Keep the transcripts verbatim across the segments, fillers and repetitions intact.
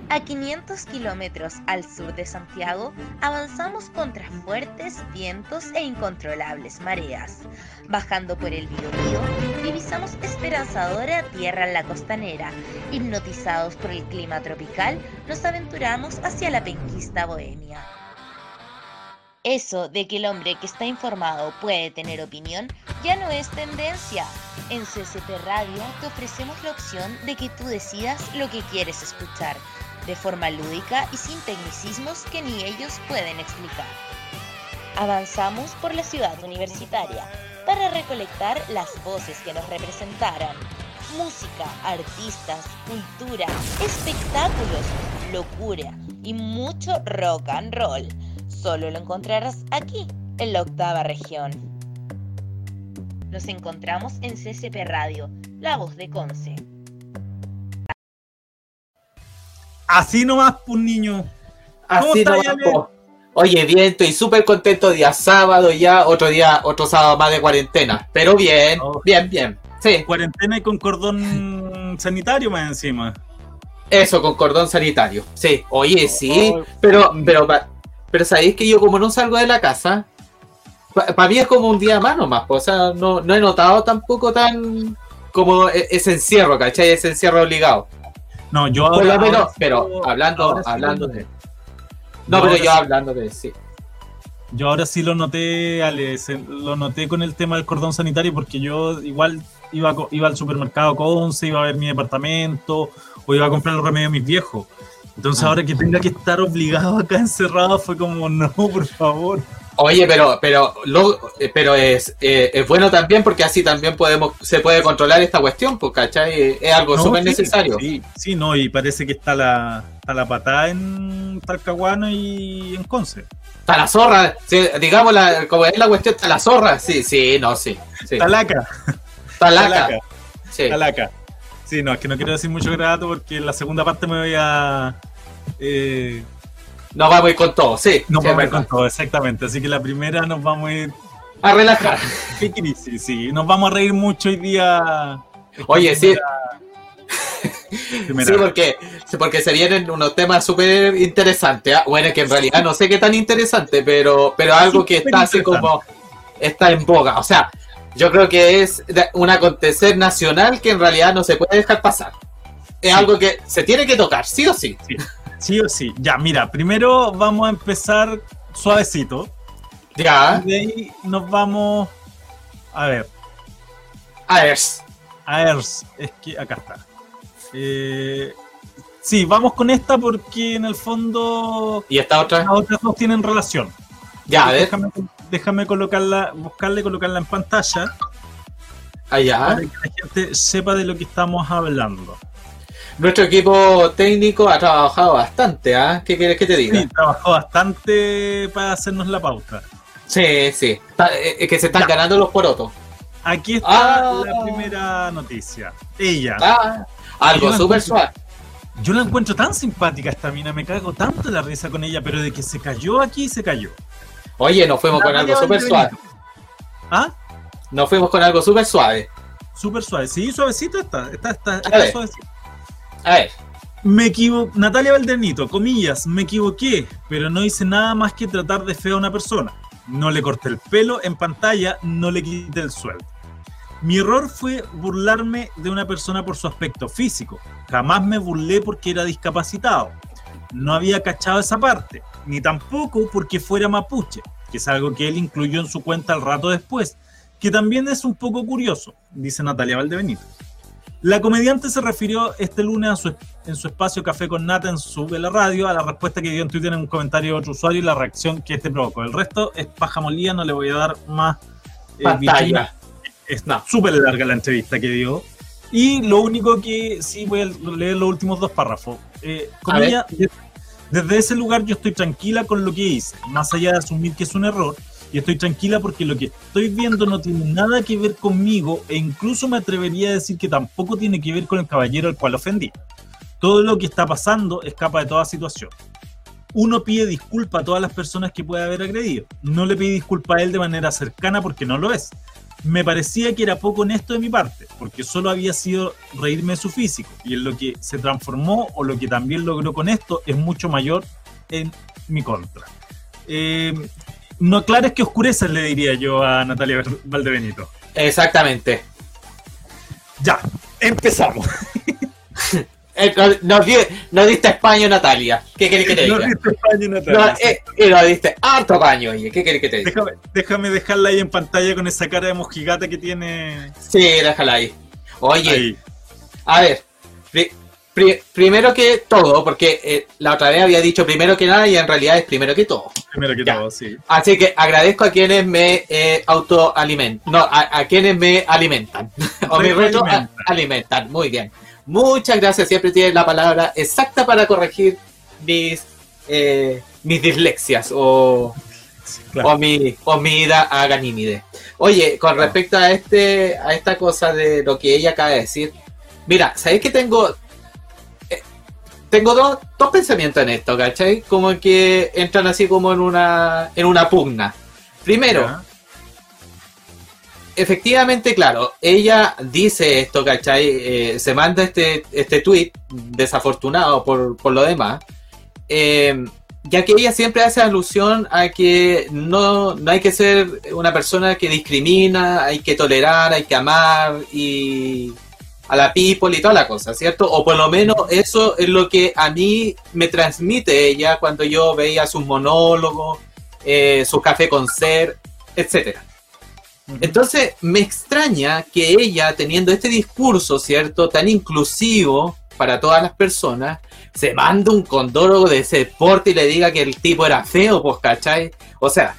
A quinientos kilómetros al sur de Santiago, avanzamos contra fuertes vientos e incontrolables mareas. Bajando por el Biobío, divisamos esperanzadora tierra en la costanera. Hipnotizados por el clima tropical, nos aventuramos hacia la penquista bohemia. Eso de que el hombre que está informado puede tener opinión ya no es tendencia. En C C P Radio te ofrecemos la opción de que tú decidas lo que quieres escuchar, de forma lúdica y sin tecnicismos que ni ellos pueden explicar. Avanzamos por la ciudad universitaria para recolectar las voces que nos representaran. Música, artistas, cultura, espectáculos, locura y mucho rock and roll. Solo lo encontrarás aquí, en la octava región. Nos encontramos en C C P Radio, la voz de Conce. Así nomás, pues, niño. Así nomás, po. Oye, bien, estoy súper contento. Día sábado ya, otro día, otro sábado más de cuarentena. Pero bien, oh. bien, bien. Sí. Cuarentena y con cordón sanitario más encima. Eso, con cordón sanitario. Sí, oye, sí. Oh. Pero, pero, pero sabéis que yo como no salgo de la casa, para pa mí es como un día más nomás. O sea, no, no he notado tampoco tan como ese encierro, ¿cachai? Ese encierro obligado. No, yo ahora, menos, ahora pero sí, hablando, ahora hablando sí de... No, pero yo sí, hablando de... Sí. Yo ahora sí lo noté, Ale, se, lo noté con el tema del cordón sanitario, porque yo igual iba, iba al supermercado Conce, iba a ver mi departamento, o iba a comprar los remedios de mis viejos. Entonces ah. ahora que tenga que estar obligado acá encerrado, fue como, no, por favor. Oye, pero pero lo, pero es, eh, es bueno también porque así también podemos se puede controlar esta cuestión, pues, ¿cachai? Es algo no, súper sí, necesario. Sí, sí, no, y parece que está la, está la patada en Talcahuano y en Conce. Está la zorra, sí, digamos, la, como es la cuestión, está la zorra, sí, sí, no, sí. sí. Talaca. Talaca. Talaca. Sí. Talaca. Sí, no, es que no quiero decir mucho grato porque en la segunda parte me voy a... Eh, Nos vamos a ir con todo, sí. Nos sí, vamos a ir con todo, exactamente. Así que la primera nos vamos a ir... A relajar. ¿Qué crisis? Sí, nos vamos a reír mucho hoy día. Oye, primera... sí. Primera. Sí, porque, porque se vienen unos temas súper interesantes. ¿eh? Bueno, que en realidad no sé qué tan interesante, pero, pero algo sí, que está así como... Está en boga. O sea, yo creo que es un acontecer nacional que en realidad no se puede dejar pasar. Es sí. algo que se tiene que tocar, sí o sí. Sí. Sí o sí. Ya, mira, primero vamos a empezar suavecito. Ya. Y de ahí nos vamos... A ver. A ver. A ver, es que acá está. Eh, sí, vamos con esta porque en el fondo... ¿Y esta otra? Las otras dos tienen relación. Ya, a ver. Déjame, déjame colocarla, buscarla y colocarla en pantalla. Allá. Para que la gente sepa de lo que estamos hablando. Nuestro equipo técnico ha trabajado bastante, ¿ah? ¿eh? ¿Qué quieres que te diga? Sí, trabajó bastante para hacernos la pauta. Sí, sí. Es que se están ya. ganando los porotos. Aquí está ah. la primera noticia. Ella. Ah, algo súper suave. Yo la encuentro tan simpática esta mina, me cago tanto la risa con ella, pero de que se cayó aquí, se cayó. Oye, nos fuimos la con algo súper suave. ¿Ah? Nos fuimos con algo súper suave. Súper suave. Sí, suavecito está. Está, está, está, está suavecito. A ver. Me equivoqué, Natalia Valdenito, comillas, me equivoqué, pero no hice nada más que tratar de feo a una persona. No le corté el pelo en pantalla, no le quité el sueldo. Mi error fue burlarme de una persona por su aspecto físico. Jamás me burlé porque era discapacitado. No había cachado esa parte, ni tampoco porque fuera mapuche, que es algo que él incluyó en su cuenta al rato después, que también es un poco curioso, dice Natalia Valdebenito. La comediante se refirió este lunes a su, en su espacio Café con Nata en su de la radio a la respuesta que dio en Twitter en un comentario de otro usuario y la reacción que este provocó. El resto es paja molida, no le voy a dar más eh, pantalla. Es súper no. larga la entrevista que dio. Y lo único que sí voy a leer los últimos dos párrafos. Eh, con ella, desde ese lugar yo estoy tranquila con lo que hice, más allá de asumir que es un error. Y estoy tranquila porque lo que estoy viendo no tiene nada que ver conmigo e incluso me atrevería a decir que tampoco tiene que ver con el caballero al cual ofendí. Todo lo que está pasando escapa de toda situación. Uno pide disculpa a todas las personas que puede haber agredido. No le pide disculpa a él de manera cercana porque no lo es. me parecía que era poco honesto de mi parte, porque solo había sido reírme de su físico, y en lo que se transformó o lo que también logró con esto es mucho mayor en mi contra. Eh, no aclares que oscureces, le diría yo a Natalia Valdebenito. Exactamente. Ya, empezamos. No, no, no diste paño, Natalia. ¿Qué querés que te diga? No diste paño, Natalia. No, eh, y no diste harto paño, oye. ¿Qué querés que te diga? Déjame, déjame dejarla ahí en pantalla con esa cara de mojigata que tiene. Sí, déjala ahí. Oye, ahí. A ver. Pri, pri, primero que todo, porque eh, la otra vez había dicho primero que nada y en realidad es primero que todo. Primero que ya. todo, sí. Así que agradezco a quienes me eh, autoalimentan. No, a, a quienes me alimentan. o me retroalimentan. Muy bien. Muchas gracias, siempre tienes la palabra exacta para corregir mis eh, mis dislexias o, claro. o, mi, o mi ida a Ganímide. Oye, con respecto a este a esta cosa de lo que ella acaba de decir, mira, ¿sabes que tengo eh, tengo dos, dos pensamientos en esto, ¿cachai? Como que entran así como en una en una pugna. Primero, ¿ya? Efectivamente, claro, ella dice esto, ¿cachai? Eh, se manda este, este tweet desafortunado por, por lo demás, eh, ya que ella siempre hace alusión a que no, no hay que ser una persona que discrimina, hay que tolerar, hay que amar y a la people y toda la cosa, ¿cierto? O por lo menos eso es lo que a mí me transmite ella cuando yo veía sus monólogos, eh, su café con ser, etcétera. Entonces me extraña que ella, teniendo este discurso, ¿cierto?, tan inclusivo para todas las personas, se manda un condólogo de ese porte y le diga que el tipo era feo, pues, ¿cachai? O sea,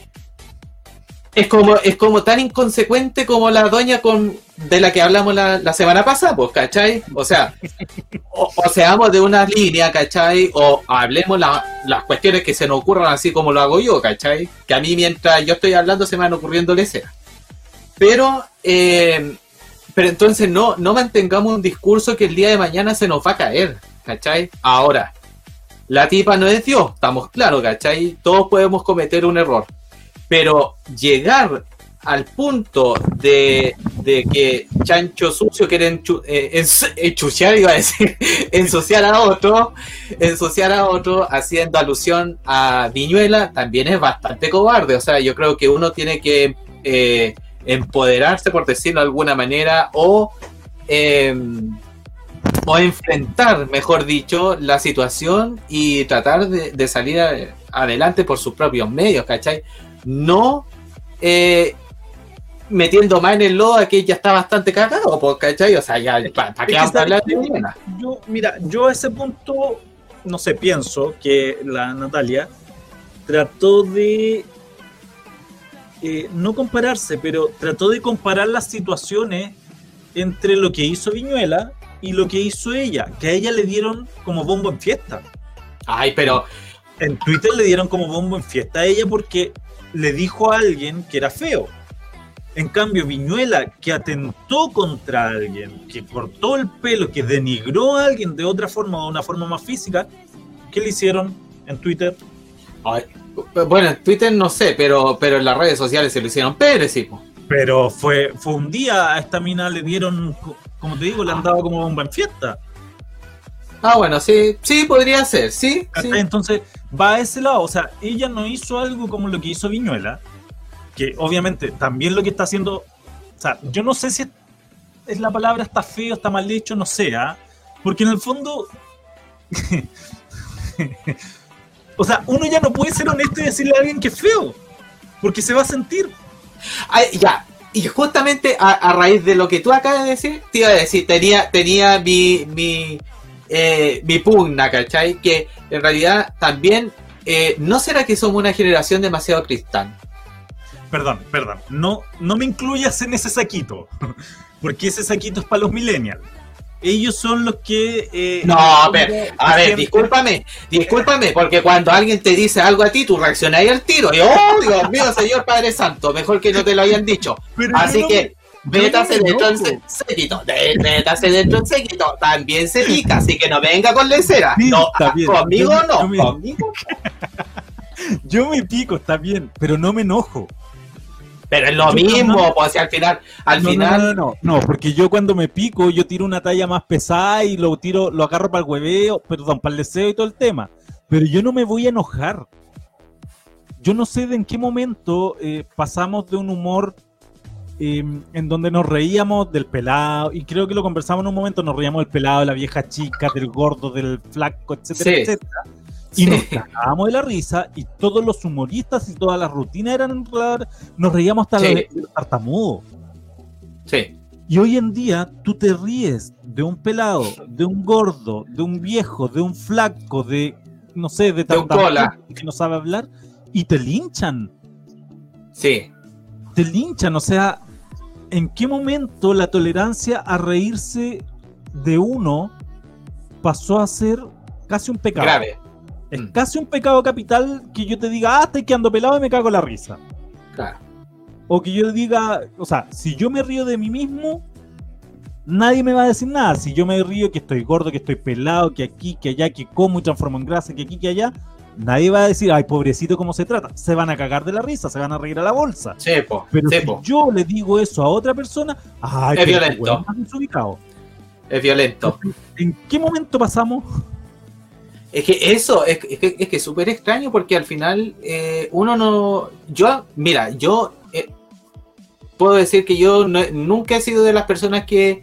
es como, es como tan inconsecuente como la doña con de la que hablamos la, la semana pasada, pues, ¿cachai? O sea, o, o seamos de una línea, ¿cachai? O hablemos la, las cuestiones que se nos ocurran así como lo hago yo, ¿cachai? Que a mí mientras yo estoy hablando se me van ocurriendo leceras. Pero, eh, pero entonces no, no mantengamos un discurso que el día de mañana se nos va a caer, ¿cachai? Ahora, la tipa no es Dios, estamos claros, ¿cachai? Todos podemos cometer un error. Pero llegar al punto de, de que chancho sucio quiere enchu, eh, enchuchar, iba a decir, ensuciar a otro, ensuciar a otro haciendo alusión a Viñuela, también es bastante cobarde. O sea, yo creo que uno tiene que eh, empoderarse, por decirlo de alguna manera, o, eh, o enfrentar, mejor dicho, la situación y tratar de, de salir a, adelante por sus propios medios, ¿cachai? No eh, metiendo más en el lodo a que ya está bastante cagado, ¿cachai? O sea, ya, ¿para pa qué vamos a hablar de Viñuela? Yo, mira, yo a ese punto, no sé, pienso que la Natalia trató de eh, no compararse, pero trató de comparar las situaciones entre lo que hizo Viñuela y lo que hizo ella, que a ella le dieron como bombo en fiesta. Ay, pero en Twitter le dieron como bombo en fiesta a ella porque le dijo a alguien que era feo. En cambio, Viñuela, que atentó contra alguien, que cortó el pelo, que denigró a alguien de otra forma o de una forma más física, ¿qué le hicieron en Twitter? Ay, bueno, en Twitter no sé, pero, pero en las redes sociales se lo hicieron pérezimo. Pero fue, fue un día, a esta mina le dieron, como te digo, le han dado como bomba en fiesta. Ah, bueno, sí, sí, podría ser, sí, sí. Entonces, va a ese lado, o sea, ella no hizo algo como lo que hizo Viñuela, que obviamente también lo que está haciendo, o sea, yo no sé si es, es la palabra está feo, está mal dicho, no sé, ¿eh? Porque en el fondo, o sea, uno ya no puede ser honesto y decirle a alguien que es feo, porque se va a sentir. Ay, ya, y justamente a, a raíz de lo que tú acabas de decir, te iba a decir, tenía, tenía mi, mi, eh, mi pugna, ¿cachai? Que en realidad también, eh, ¿no será que somos una generación demasiado cristal? Perdón, perdón, no, no me incluyas en ese saquito, porque ese saquito es para los millennials. Ellos son los que... Eh, no, a ver, a ver, discúlpame, discúlpame, porque cuando alguien te dice algo a ti, tú reaccionas al tiro, y oh, Dios mío, Señor Padre Santo, mejor que no te lo hayan dicho. Pero así no que, me, métase no dentro en séquito, métase dentro en séquito, también se pica, así que no venga con lecera. Sí, no, conmigo yo, no, yo me, conmigo yo me pico, está bien, pero no me enojo. Pero es lo Yo mismo, jamás- pues si al final, al no, final, no, no, no, no, porque yo cuando me pico, yo tiro una talla más pesada y lo tiro, lo agarro para el hueveo, perdón, para el deseo y todo el tema. Pero yo no me voy a enojar. Yo no sé de en qué momento eh, pasamos de un humor eh, en donde nos reíamos del pelado, y creo que lo conversamos en un momento, nos reíamos del pelado, de la vieja chica, del gordo, del flaco, etcétera, Sí. etcétera. Y Sí. nos cagábamos de la risa, y todos los humoristas y todas las rutinas eran, nos reíamos hasta Sí. los tartamudos. sí, Y hoy en día tú te ríes de un pelado, de un gordo, de un viejo, de un flaco, de, no sé, de De un tartamudo cola. que no sabe hablar, y te linchan, sí, te linchan. O sea, ¿en qué momento la tolerancia a reírse de uno pasó a ser casi un pecado? grave. Es Mm. casi un pecado capital que yo te diga, ah, estoy quedando pelado y me cago en la risa. Claro. O que yo diga, o sea, si yo me río de mí mismo, nadie me va a decir nada. Si yo me río que estoy gordo, que estoy pelado, que aquí, que allá, que como y transformo en grasa, que aquí, que allá, nadie va a decir, ay, pobrecito, ¿cómo se trata? Se van a cagar de la risa, se van a reír a la bolsa. Sí, po, Pero sí, si po. yo le digo eso a otra persona, ay, Es pero violento. qué weón más desubicado. Es violento. ¿En qué momento pasamos? Es que eso, es, es que es que es súper extraño porque al final eh, uno no... Yo, mira, yo eh, puedo decir que yo no- nunca he sido de las personas que...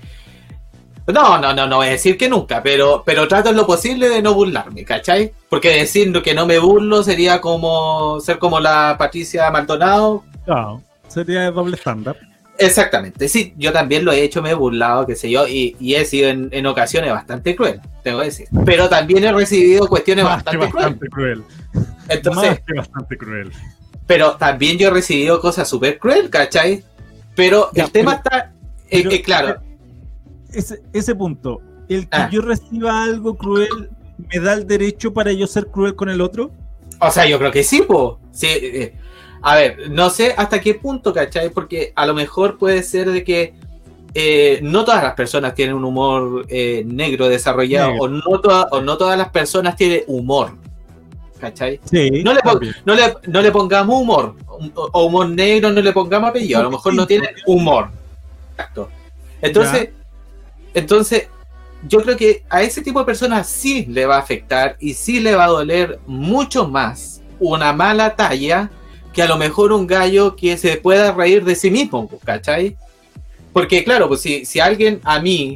No, no, no, no voy a decir que nunca, pero, pero trato en lo posible de no burlarme, ¿cachai? Porque decir que no me burlo sería como ser como la Patricia Maldonado. Claro, sería de doble estándar. Exactamente, sí, yo también lo he hecho, me he burlado, qué sé yo, y, y he sido en, en ocasiones bastante cruel, tengo que decir. Pero también he recibido cuestiones Más que bastante, bastante cruel. crueles. Entonces, Más que bastante cruel. pero también yo he recibido cosas súper cruel, ¿cachai? Pero Ya, el tema pero- está, eh, pero- eh, claro, Ese, ese punto, el que Ah. yo reciba algo cruel, ¿me da el derecho para yo ser cruel con el otro? o sea, yo creo que sí, po. Sí, eh, a ver, no sé hasta qué punto, ¿cachai? Porque a lo mejor puede ser de que eh, no todas las personas tienen un humor eh, negro desarrollado, Negro. o no, toda- o no todas las personas tienen humor, ¿cachai? Sí. No le, pon- también. no, le, no le pongamos humor, o, o humor negro, no le pongamos apellido, a lo mejor no tiene humor. Exacto. Entonces, entonces, yo creo que a ese tipo de personas sí le va a afectar y sí le va a doler mucho más una mala talla que a lo mejor un gallo que se pueda reír de sí mismo, ¿cachai? Porque claro, pues si, si alguien a mí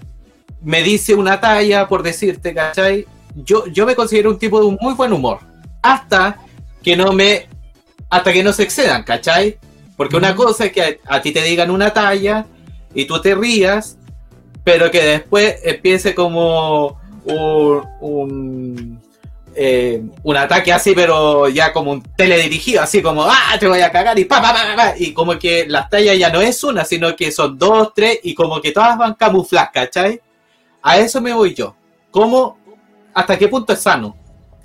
me dice una talla por decirte, ¿cachai? Yo, yo me considero un tipo de un muy buen humor. Hasta que no me... Hasta que no se excedan, ¿cachai? Porque una cosa es que a, a ti te digan una talla y tú te rías, pero que después empiece como un... un eh, un ataque así, pero ya como un teledirigido, así como, ah, te voy a cagar, y pa, pa, pa, pa, y como que las tallas ya no es una, sino que son dos, tres, y como que todas van camufladas, ¿cachai? A eso me voy yo. ¿Cómo? ¿Hasta qué punto es sano?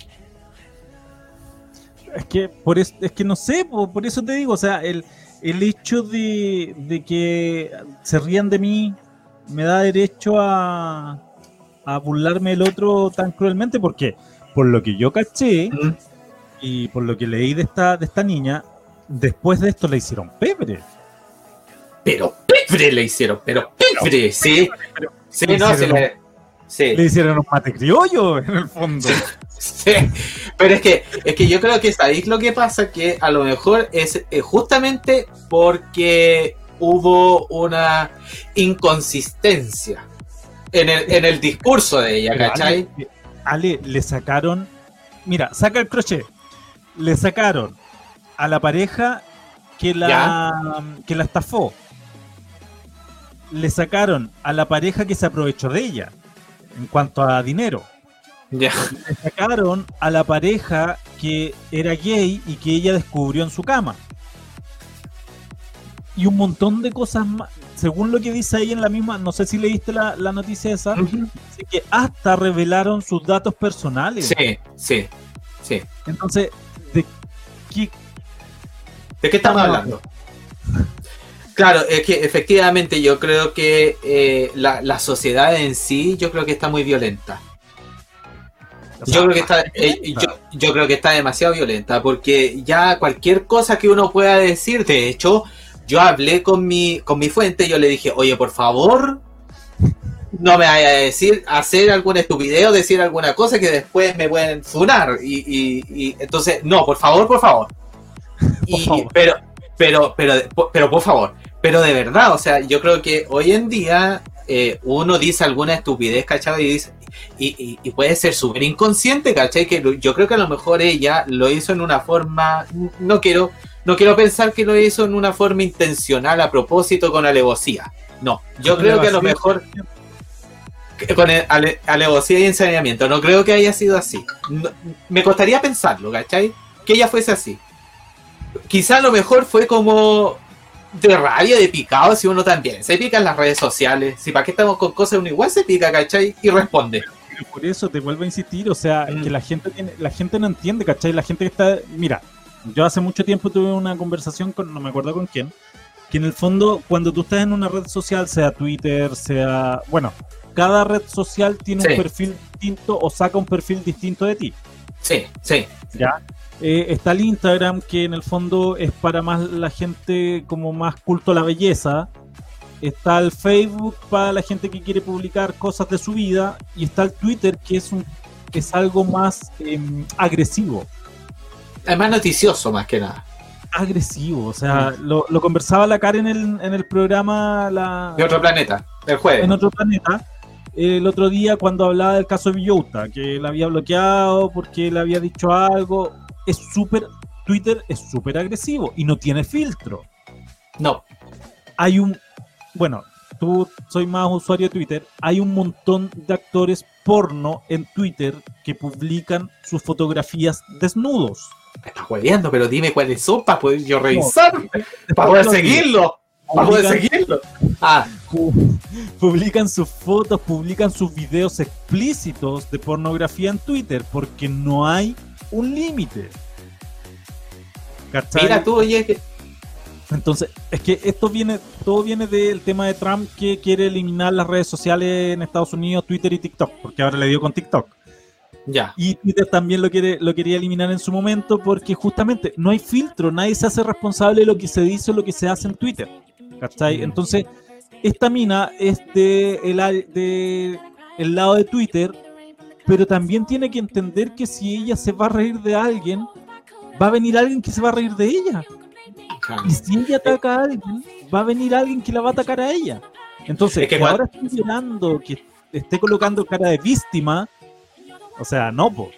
Es que, por eso, es que no sé, po, por eso te digo, o sea, el, el hecho de, de que se rían de mí me da derecho a, a burlarme del otro tan cruelmente, porque por lo que yo caché ¿Mm? y por lo que leí de esta, de esta niña, después de esto le hicieron pebre. Pero pebre le hicieron, pero pebre, sí. Sí, Le no, se hicieron le... Sí. Le hicieron un mate criollo en el fondo. Sí, pero es que, es que yo creo que sabéis lo que pasa, que a lo mejor es eh, justamente porque hubo una inconsistencia en el, en el discurso de ella, Pero ¿cachai? Ale, Ale, le sacaron, mira, saca el crochet, le sacaron a la pareja que la, que la estafó, le sacaron a la pareja que se aprovechó de ella en cuanto a dinero, Ya. le sacaron a la pareja que era gay y que ella descubrió en su cama. Y un montón de cosas más. Según lo que dice ahí en la misma, no sé si leíste la, la noticia esa, Ujú. dice que hasta revelaron sus datos personales. Sí, sí, sí. Entonces, ¿de qué? ¿De qué estamos hablando? Claro, es que efectivamente yo creo que eh, la, la sociedad en sí, yo creo que está muy violenta. O sea, Yo creo que está, eh, yo, yo creo que está demasiado violenta, porque ya cualquier cosa que uno pueda decir, de hecho, yo hablé con mi, con mi fuente, yo le dije, oye, por favor, no me vaya a decir, hacer alguna estupidez o decir alguna cosa que después me pueden funar. Y, y, y entonces, no, por favor, por favor. Y, por favor. Pero, pero, pero, pero, por favor, pero de verdad, o sea, yo creo que hoy en día eh, uno dice alguna estupidez, ¿cachai? Y dice, y, y, y puede ser súper inconsciente, ¿cachai? Que yo creo que a lo mejor ella lo hizo en una forma, no quiero, no quiero pensar que lo hizo en una forma intencional, a propósito, con alevosía. No, yo creo que a lo mejor con ale, alevosía y ensañamiento, no creo que haya sido así. No, me costaría pensarlo, ¿cachai? Que ella fuese así. Quizá a lo mejor fue como de rabia, de picado, si uno también se pica en las redes sociales. Si para qué estamos con cosas, uno igual se pica, ¿cachai? Y responde. Por eso te vuelvo a insistir, o sea, mm. que la gente tiene, la gente no entiende, ¿cachai? La gente que está, mira, yo hace mucho tiempo tuve una conversación con, no me acuerdo con quién, que en el fondo, cuando tú estás en una red social, sea Twitter, sea, bueno, cada red social tiene sí. un perfil distinto o saca un perfil distinto de ti. Sí, sí. ¿Ya? Eh, está el Instagram, que en el fondo es para más la gente como más culto a la belleza. Está el Facebook para la gente que quiere publicar cosas de su vida. Y está el Twitter, que es un es algo más eh, agresivo. Es más noticioso, más que nada. Agresivo, o sea, mm. lo, lo conversaba la Karen en el, en el programa la, de Otro Planeta, el jueves. En Otro Planeta, el otro día cuando hablaba del caso de Villota, que la había bloqueado porque le había dicho algo. Es súper, Twitter es súper agresivo y no tiene filtro. No. Hay un, bueno, tú soy más usuario de Twitter, hay un montón de actores porno en Twitter que publican sus fotografías desnudos. Me estás hueveando, pero dime cuáles son para poder yo revisar, no, para poder seguirlo, para poder seguirlo. Ah. Publican sus fotos, publican sus videos explícitos de pornografía en Twitter porque no hay un límite. Mira tú, oye, que... Entonces, es que esto viene, todo viene del tema de Trump, que quiere eliminar las redes sociales en Estados Unidos, Twitter y TikTok, porque ahora le dio con TikTok. Ya. Y Twitter también lo quiere, lo quería eliminar en su momento, porque justamente no hay filtro, nadie se hace responsable de lo que se dice o lo que se hace en Twitter. ¿Cachai? Entonces, esta mina es de el, de el lado de Twitter, pero también tiene que entender que si ella se va a reír de alguien, va a venir alguien que se va a reír de ella. Y si ella ataca a alguien, va a venir alguien que la va a atacar a ella. Entonces, es que, que ahora esté llorando, que esté colocando cara de víctima, o sea, no, po.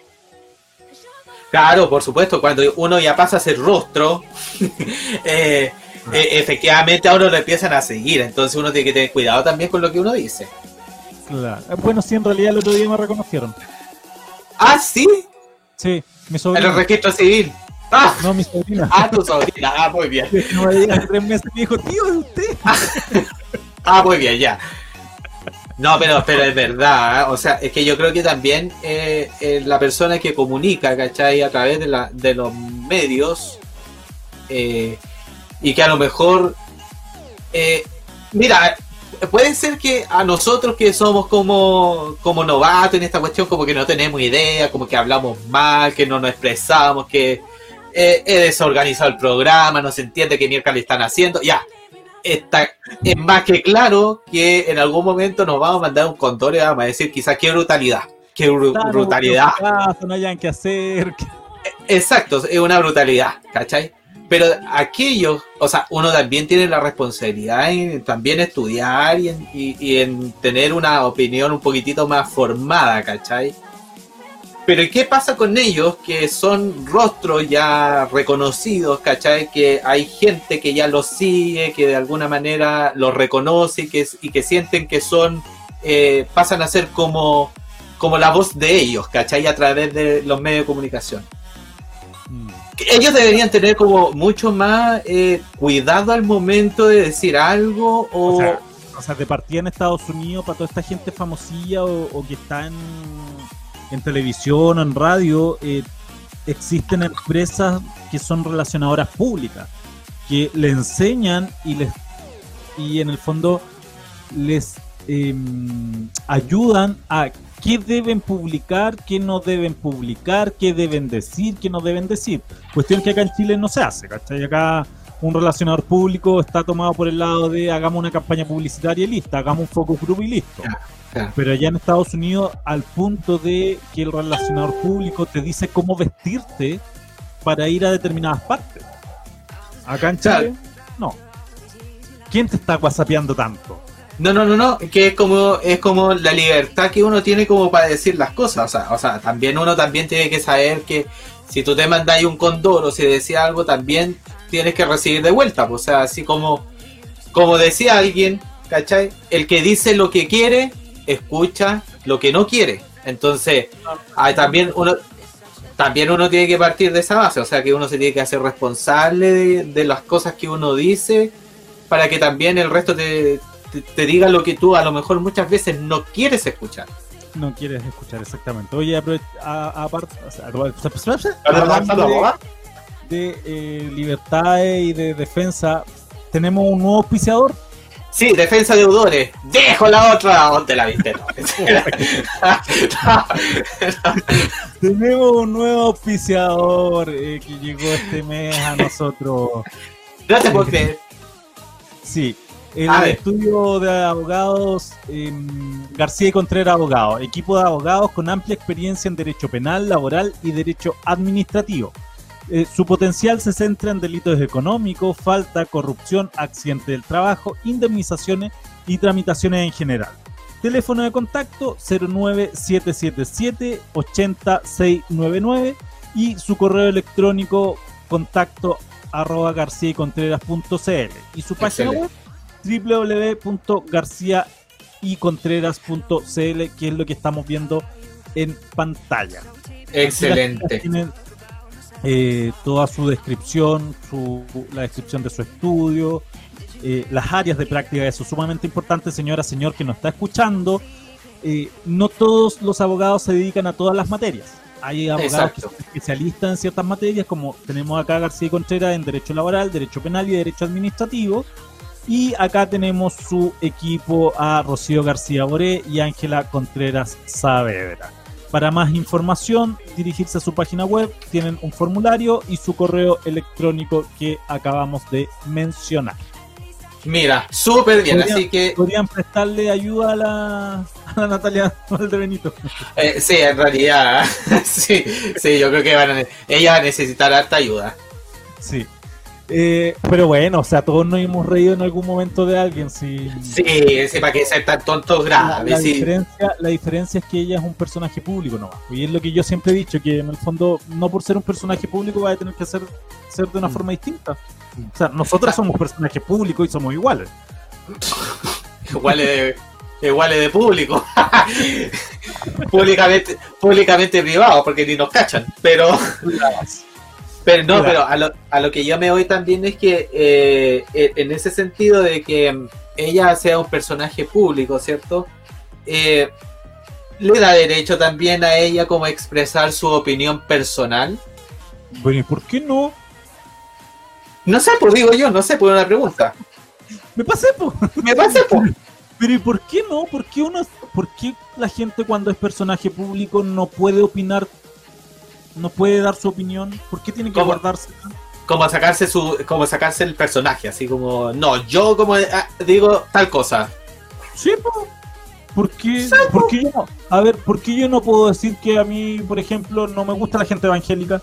Claro, por supuesto, cuando uno ya pasa a ser rostro, eh, eh, efectivamente a uno lo empiezan a seguir, entonces uno tiene que tener cuidado también con lo que uno dice. Claro. Bueno, sí, en realidad el otro día me reconocieron. ¿Ah, sí? Sí, mi sobrina. En el registro civil. Ah. No, mi sobrina. Ah, tu sobrina. Ah, muy bien. No me digas tres meses y me dijo, tío, ¿es usted? Ah, muy bien, ya. No, pero, pero es verdad, ¿eh? O sea, es que yo creo que también eh, eh, la persona que comunica, ¿cachai? A través de, la, de los medios eh, y que a lo mejor... Eh, mira... Puede ser que a nosotros que somos como, como novatos en esta cuestión, como que no tenemos idea, como que hablamos mal, que no nos expresamos, que eh, es desorganizado el programa, no se entiende qué mierda le están haciendo. Ya, está, es más que claro que en algún momento nos vamos a mandar un condor y vamos a decir quizás qué brutalidad, qué br- claro, brutalidad. Caso, no hayan que hacer. Exacto, es una brutalidad, ¿cachai? Pero aquellos, o sea, uno también tiene la responsabilidad en también estudiar y en, y, y en tener una opinión un poquitito más formada, ¿cachai? Pero ¿qué pasa con ellos que son rostros ya reconocidos, ¿cachai? Que hay gente que ya los sigue, que de alguna manera los reconoce y que, y que sienten que son, eh, pasan a ser como, como la voz de ellos, ¿cachai? A través de los medios de comunicación. Ellos deberían tener como mucho más eh, cuidado al momento de decir algo o... O sea, o sea, de partida en Estados Unidos, para toda esta gente famosilla o, o que está en, en televisión o en radio, eh, existen empresas que son relacionadoras públicas, que le enseñan y les y en el fondo les eh, ayudan a qué deben publicar, qué no deben publicar, qué deben decir, qué no deben decir. Cuestión que acá en Chile no se hace, ¿cachai? Acá un relacionador público está tomado por el lado de hagamos una campaña publicitaria y listo, hagamos un focus group y listo. Claro. Pero allá en Estados Unidos, al punto de que el relacionador público te dice cómo vestirte para ir a determinadas partes. Acá en Chile, claro. No. ¿Quién te está whatsappeando tanto? No, no, no, no, que es como es como la libertad que uno tiene como para decir las cosas. O sea, o sea, también uno también tiene que saber que si tú te mandas un condoro o si decías algo, también tienes que recibir de vuelta. O sea, así como, como decía alguien, ¿cachai? El que dice lo que quiere, escucha lo que no quiere. Entonces, hay también uno también uno tiene que partir de esa base. O sea, que uno se tiene que hacer responsable de, de las cosas que uno dice para que también el resto te... Te, te diga lo que tú a lo mejor muchas veces no quieres escuchar. No quieres escuchar, exactamente. Oye, aparte, de, de eh, libertades y de defensa, ¿tenemos un nuevo auspiciador? Sí, defensa de deudores. Dejo la otra, ¿dónde la viste? No. Tenemos un nuevo auspiciador eh, que llegó este mes a nosotros. No te puedo creer. Sí. El estudio de abogados eh, García y Contreras Abogados, equipo de abogados con amplia experiencia en derecho penal, laboral y derecho administrativo. Eh, su potencial se centra en delitos económicos, falta, corrupción, accidente del trabajo, indemnizaciones y tramitaciones en general. Teléfono de contacto cero nueve siete siete siete ocho cero seis nueve nueve y su correo electrónico contacto arroba garcía y contreras punto c l y su página web doble u doble u doble u punto garcía y contreras punto c l, que es lo que estamos viendo en pantalla. Excelente. Tienen eh, toda su descripción, su, la descripción de su estudio, eh, las áreas de práctica. Eso es sumamente importante, señora, señor, que nos está escuchando. Eh, no todos los abogados se dedican a todas las materias. Hay abogados Exacto. que son especialistas en ciertas materias, como tenemos acá García y Contreras en Derecho Laboral, Derecho Penal y Derecho Administrativo. Y acá tenemos su equipo a Rocío García Boré y Ángela Contreras Saavedra. Para más información, dirigirse a su página web, tienen un formulario y su correo electrónico que acabamos de mencionar. Mira, súper bien, así que... ¿Podrían prestarle ayuda a la, a la Natalia Valdebenito? Eh, sí, en realidad, sí, sí, yo creo que van a, ella va a necesitar harta ayuda. Sí. Eh, pero bueno, o sea, todos nos hemos reído en algún momento de alguien. Sí, sí, sí, para que ser tan tontos graves. La, la, sí. diferencia, la diferencia es que ella es un personaje público nomás. Y es lo que yo siempre he dicho, que en el fondo, no por ser un personaje público va a tener que ser, ser de una forma distinta. O sea, nosotros somos personajes públicos y somos iguales. Iguales de, iguales de público. públicamente, públicamente privados, porque ni nos cachan. Pero... Pero no, claro. pero a lo, a lo que yo me voy también es que eh, en ese sentido de que ella sea un personaje público, ¿cierto? Eh, le da derecho también a ella como expresar su opinión personal. Bueno, ¿y por qué no? No sé, pues digo yo, no sé, por una pregunta. Me pasé, po. Me pasé, po. Pero ¿y por qué no? ¿Por qué, uno, ¿Por qué la gente cuando es personaje público no puede opinar? No puede dar su opinión. ¿Por qué tiene que ¿Cómo? guardarse? Como sacarse su, como sacarse el personaje, así como, no, yo como ah, digo tal cosa. Sí, po. ¿Por qué? Sí, ¿Por qué yo no? A ver, ¿por qué yo no puedo decir que a mí, por ejemplo, no me gusta la gente evangélica?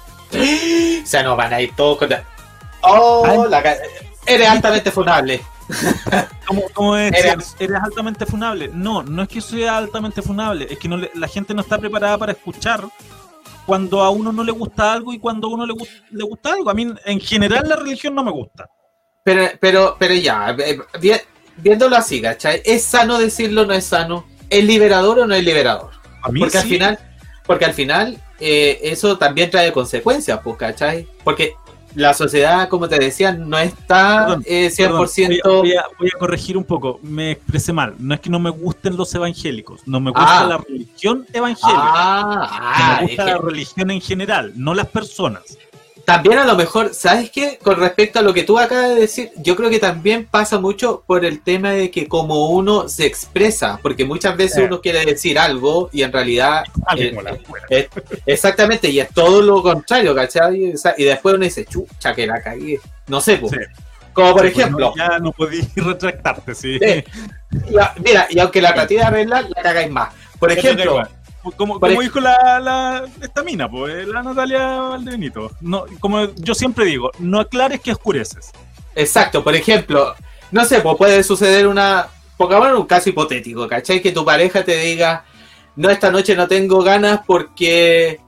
O sea, no van a ir todos con la... Oh, la... eres altamente funable. ¿Cómo, cómo es? ¿Eres... ¿Eres altamente funable? No, no es que sea altamente funable, es que no le... la gente no está preparada para escuchar cuando a uno no le gusta algo y cuando a uno le, gu le gusta algo. A mí, en general, la religión no me gusta. Pero, pero, pero ya, vi viéndolo así, ¿cachai? ¿Es sano decirlo o no es sano? ¿Es liberador o no es liberador? A mí porque sí. al final, porque al final eh, eso también trae consecuencias, pues, ¿cachai? Porque la sociedad, como te decía, no está perdón, eh, cien por ciento... Perdón, voy, a, voy, a, voy a corregir un poco, me expresé mal. No es que no me gusten los evangélicos, no me gusta ah. la religión evangélica. Ah, ah, me gusta es que... la religión en general, no las personas. también a lo mejor, ¿sabes qué? Con respecto a lo que tú acabas de decir, yo creo que también pasa mucho por el tema de que como uno se expresa, porque muchas veces eh. uno quiere decir algo y en realidad eh, es, exactamente, y es todo lo contrario, ¿cachai? Y después uno dice, chucha, que la cagué. No sé, pues. Sí. Como por sí, ejemplo... Pues no, ya no podías retractarte, sí. Eh, ya, mira, y aunque la traté de arreglar, la cagáis más. Por ejemplo... Como, como dijo la, la esta mina, pues, la Natalia Valdebenito. No, como yo siempre digo, no aclares que oscureces. Exacto, por ejemplo, no sé, pues puede suceder una... Pongamos un caso hipotético, ¿cachai? Que tu pareja te diga, no, esta noche no tengo ganas porque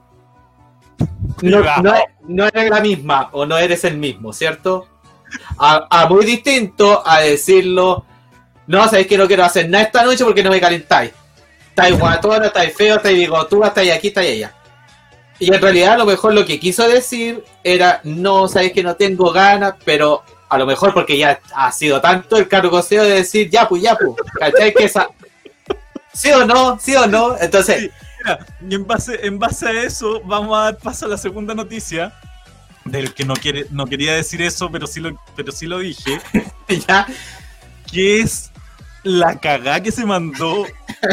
no, no, no eres la misma o no eres el mismo, ¿cierto? A, a muy distinto a decirlo, no, sabéis que no quiero hacer nada esta noche porque no me calentáis. Estáis guatona, estáis feo, estáis bigotuda, estáis aquí, estáis allá. Y en realidad a lo mejor lo que quiso decir era, no, sabéis que no tengo ganas, pero a lo mejor porque ya ha sido tanto el cargoseo de decir, ya pues, ya pues, ¿cachai? Que esa... ¿Sí o no? ¿Sí o no? Entonces... Sí, mira, y en base, en base a eso vamos a dar paso a la segunda noticia, del que no quiere, no quería decir eso, pero sí lo, pero sí lo dije. ¿Ya? Que es la cagá que se mandó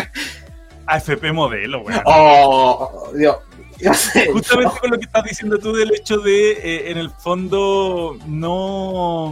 A F P Modelo, weón. Oh, Dios. Justamente con lo que estás diciendo tú del hecho de, eh, en el fondo, no,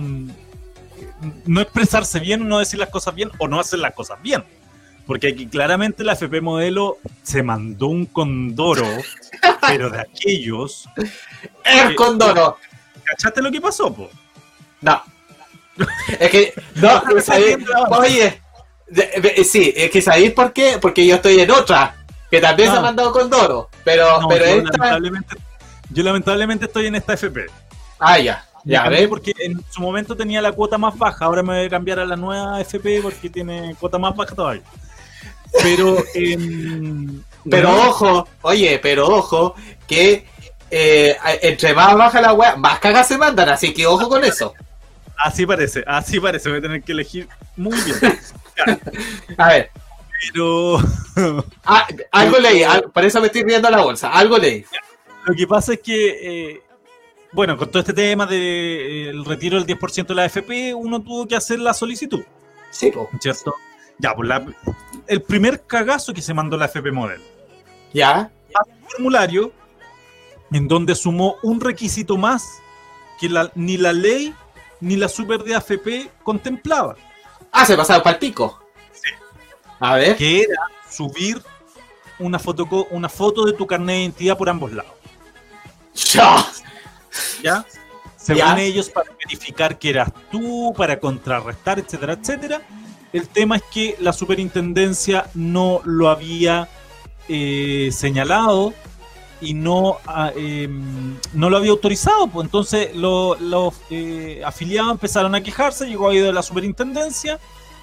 no expresarse bien, no decir las cosas bien o no hacer las cosas bien. Porque aquí claramente la A F P Modelo se mandó un condoro, pero de aquellos... ¡El condoro! ¿Cachaste lo que pasó, po? No. Es que... No, ¿sabéis? Oye... De, de, sí, es que ¿sabéis por qué? Porque yo estoy en otra, que también no. se ha mandado condoro, pero, no, pero yo, esta... lamentablemente, yo lamentablemente estoy en esta A F P. Ah, ya, ya, ¿ves? Porque en su momento tenía la cuota más baja, ahora me voy a cambiar a la nueva A F P porque tiene cuota más baja todavía. Pero... Eh, pero no. ojo, oye, pero ojo, que eh, entre más baja la wea, más cagas se mandan, así que ojo con eso. Así parece, así parece, voy a tener que elegir muy bien. A ver. Pero... Ah, algo leí, algo, por eso me estoy riendo a la bolsa, algo leí. Lo que pasa es que, eh, bueno, con todo este tema del de, eh, retiro del diez por ciento de la A F P, uno tuvo que hacer la solicitud. Sí, po. ¿Cierto? Ya, pues la, el primer cagazo que se mandó la A F P Modelo. Ya. Un formulario en donde sumó un requisito más que la, ni la ley ni la super de A F P contemplaba. Ah, se pasaba para el pico. Sí. A ver. Que era subir una foto, una foto de tu carnet de identidad por ambos lados. ¡Ya! ¿Ya? Según ¿Ya? ellos, para verificar que eras tú, para contrarrestar, etcétera, etcétera. El tema es que la superintendencia no lo había eh, señalado y no, eh, no lo había autorizado. Pues entonces los lo, eh, afiliados empezaron a quejarse, llegó a oído de la superintendencia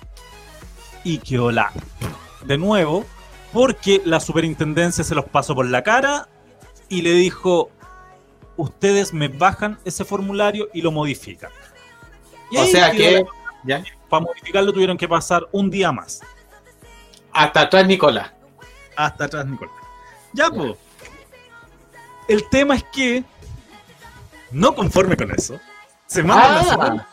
y quedó la de nuevo, porque la superintendencia se los pasó por la cara y le dijo, ustedes me bajan ese formulario y lo modifican. Y o sea que la... ¿Ya? Para modificarlo tuvieron que pasar un día más. Hasta atrás, Nicolás. Hasta atrás, Nicolás. Ya, pues. El tema es que, no conforme con eso, se manda ah, la segunda.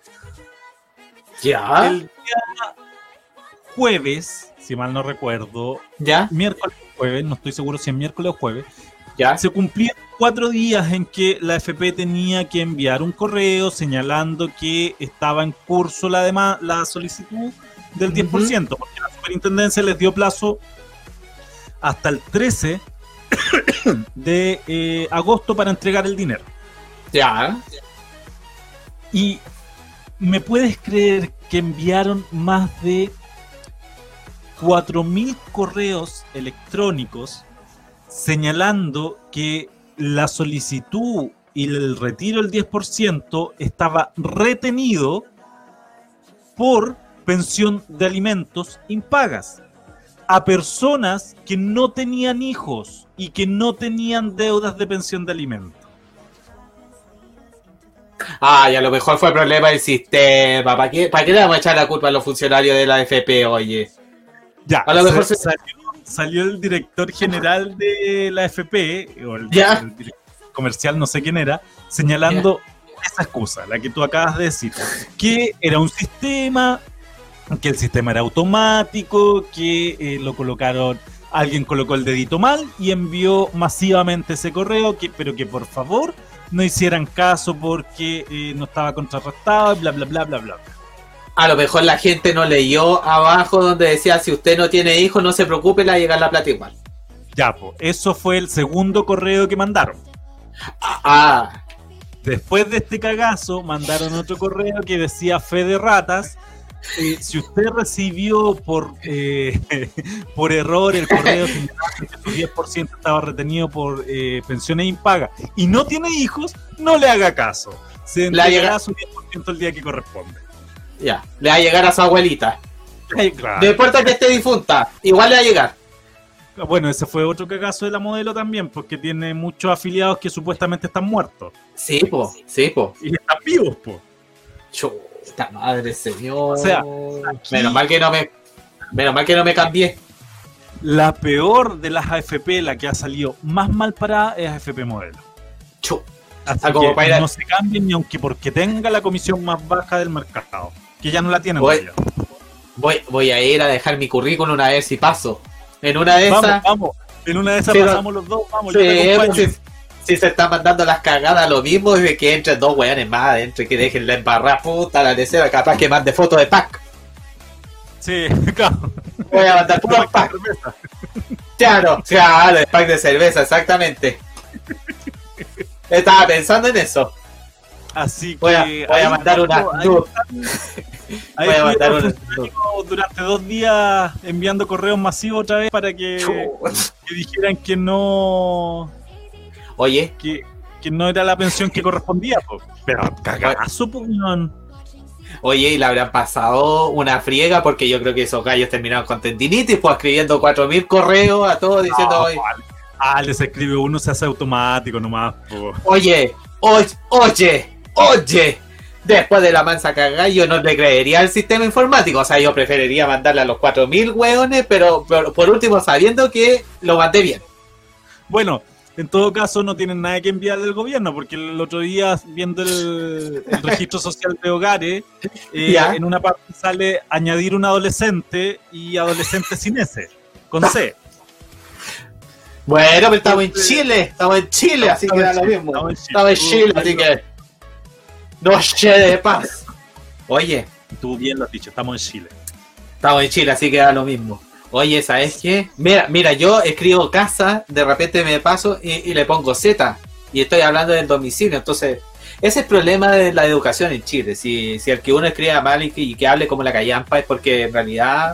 Ya. El día jueves, si mal no recuerdo, ya. Miércoles o jueves, no estoy seguro si es miércoles o jueves, ya. Se cumplían cuatro días en que la A F P tenía que enviar un correo señalando que estaba en curso la, dema- la solicitud del diez por ciento, uh-huh. porque la superintendencia les dio plazo hasta el trece de eh, agosto para entregar el dinero. Ya. Y ¿me puedes creer que enviaron más de cuatro mil correos electrónicos señalando que la solicitud y el retiro del diez por ciento estaba retenido por pensión de alimentos impagas a personas que no tenían hijos y que no tenían deudas de pensión de alimentos? Ah, y a lo mejor fue problema del sistema. ¿Para qué, ¿Para qué le vamos a echar la culpa a los funcionarios de la A F P, oye? Ya, a lo mejor se... salió, salió el director general de la A F P, o el, ¿Ya? el, comercial, no sé quién era, señalando yeah. esa excusa, la que tú acabas de decir, que era un sistema, que el sistema era automático, que eh, lo colocaron, alguien colocó el dedito mal y envió masivamente ese correo, que, pero que por favor no hicieran caso porque eh, no estaba contrarrestado, bla, bla, bla, bla, bla. A lo mejor la gente no leyó abajo donde decía, si usted no tiene hijos, no se preocupe, le va a llegar la plata igual. Ya, pues, eso fue el segundo correo que mandaron. Ah. Después de este cagazo, mandaron otro correo que decía fe de ratas. Eh, si usted recibió por eh, por error el correo que su diez por ciento estaba retenido por eh, pensiones impagas y no tiene hijos, no le haga caso. Se entregará su diez por ciento el día que corresponde. Ya, le va a llegar a su abuelita. Ay, claro. No importa que esté difunta, igual le va a llegar. Bueno, ese fue otro cagazo de la modelo también, porque tiene muchos afiliados que supuestamente están muertos. Sí, po, sí, po. Y están vivos, po. Chuta madre, señor. O sea, aquí, menos mal que no me menos mal que no me cambié. La peor de las A F P, la que ha salido más mal parada, es A F P Modelo. Chu. Así ah, como que para no se cambien ni aunque porque tenga la comisión más baja del mercado, que ya no la tienen. Voy, voy, voy a ir a dejar mi currículum a ver si paso. En una de vamos, esas... Vamos, en una de esas sí, pasamos los dos, vamos, sí, yo te acompaño. Si, si se están mandando las cagadas, lo mismo es que entren dos weones más adentro y que dejen la embarrada puta, la desea, capaz que mande fotos de pack. Sí, claro. Voy a mandar puros pack. Claro, claro, el pack de cerveza, exactamente. Estaba pensando en eso. Así que voy a, voy a mandar una voy a mandar una durante dos días enviando correos masivos otra vez para que, que dijeran que no oye que, que no era la pensión que correspondía, po. Pero cagazo, po, man. Oye, y le habrán pasado una friega porque yo creo que esos gallos terminaron con tendinitis, pues escribiendo cuatro mil correos a todos diciendo no, oye, ah, les escribe uno, se hace automático nomás, po. Oye, oye, oye, oye, después de la mansa cagada yo no le creería al sistema informático, o sea, yo preferiría mandarle a los cuatro mil hueones, pero, pero por último sabiendo que lo mandé bien. Bueno, en todo caso no tienen nada que enviarle al gobierno, porque el otro día viendo el, el registro social de hogares, eh, en una parte sale añadir un adolescente y adolescente sin S, con C. Bueno, pero estamos en Chile, estamos en Chile, así que da lo mismo. Estamos en Chile, estamos en Chile así que noche de paz. Oye, tú bien lo has dicho, estamos en Chile. Estamos en Chile, así que da lo mismo. Oye, ¿sabes qué? Mira, mira, yo escribo casa, de repente me paso y, y le pongo Z. Y estoy hablando del domicilio, entonces ese es el problema de la educación en Chile. Si, si el que uno escriba mal y que, y que hable como la callampa es porque en realidad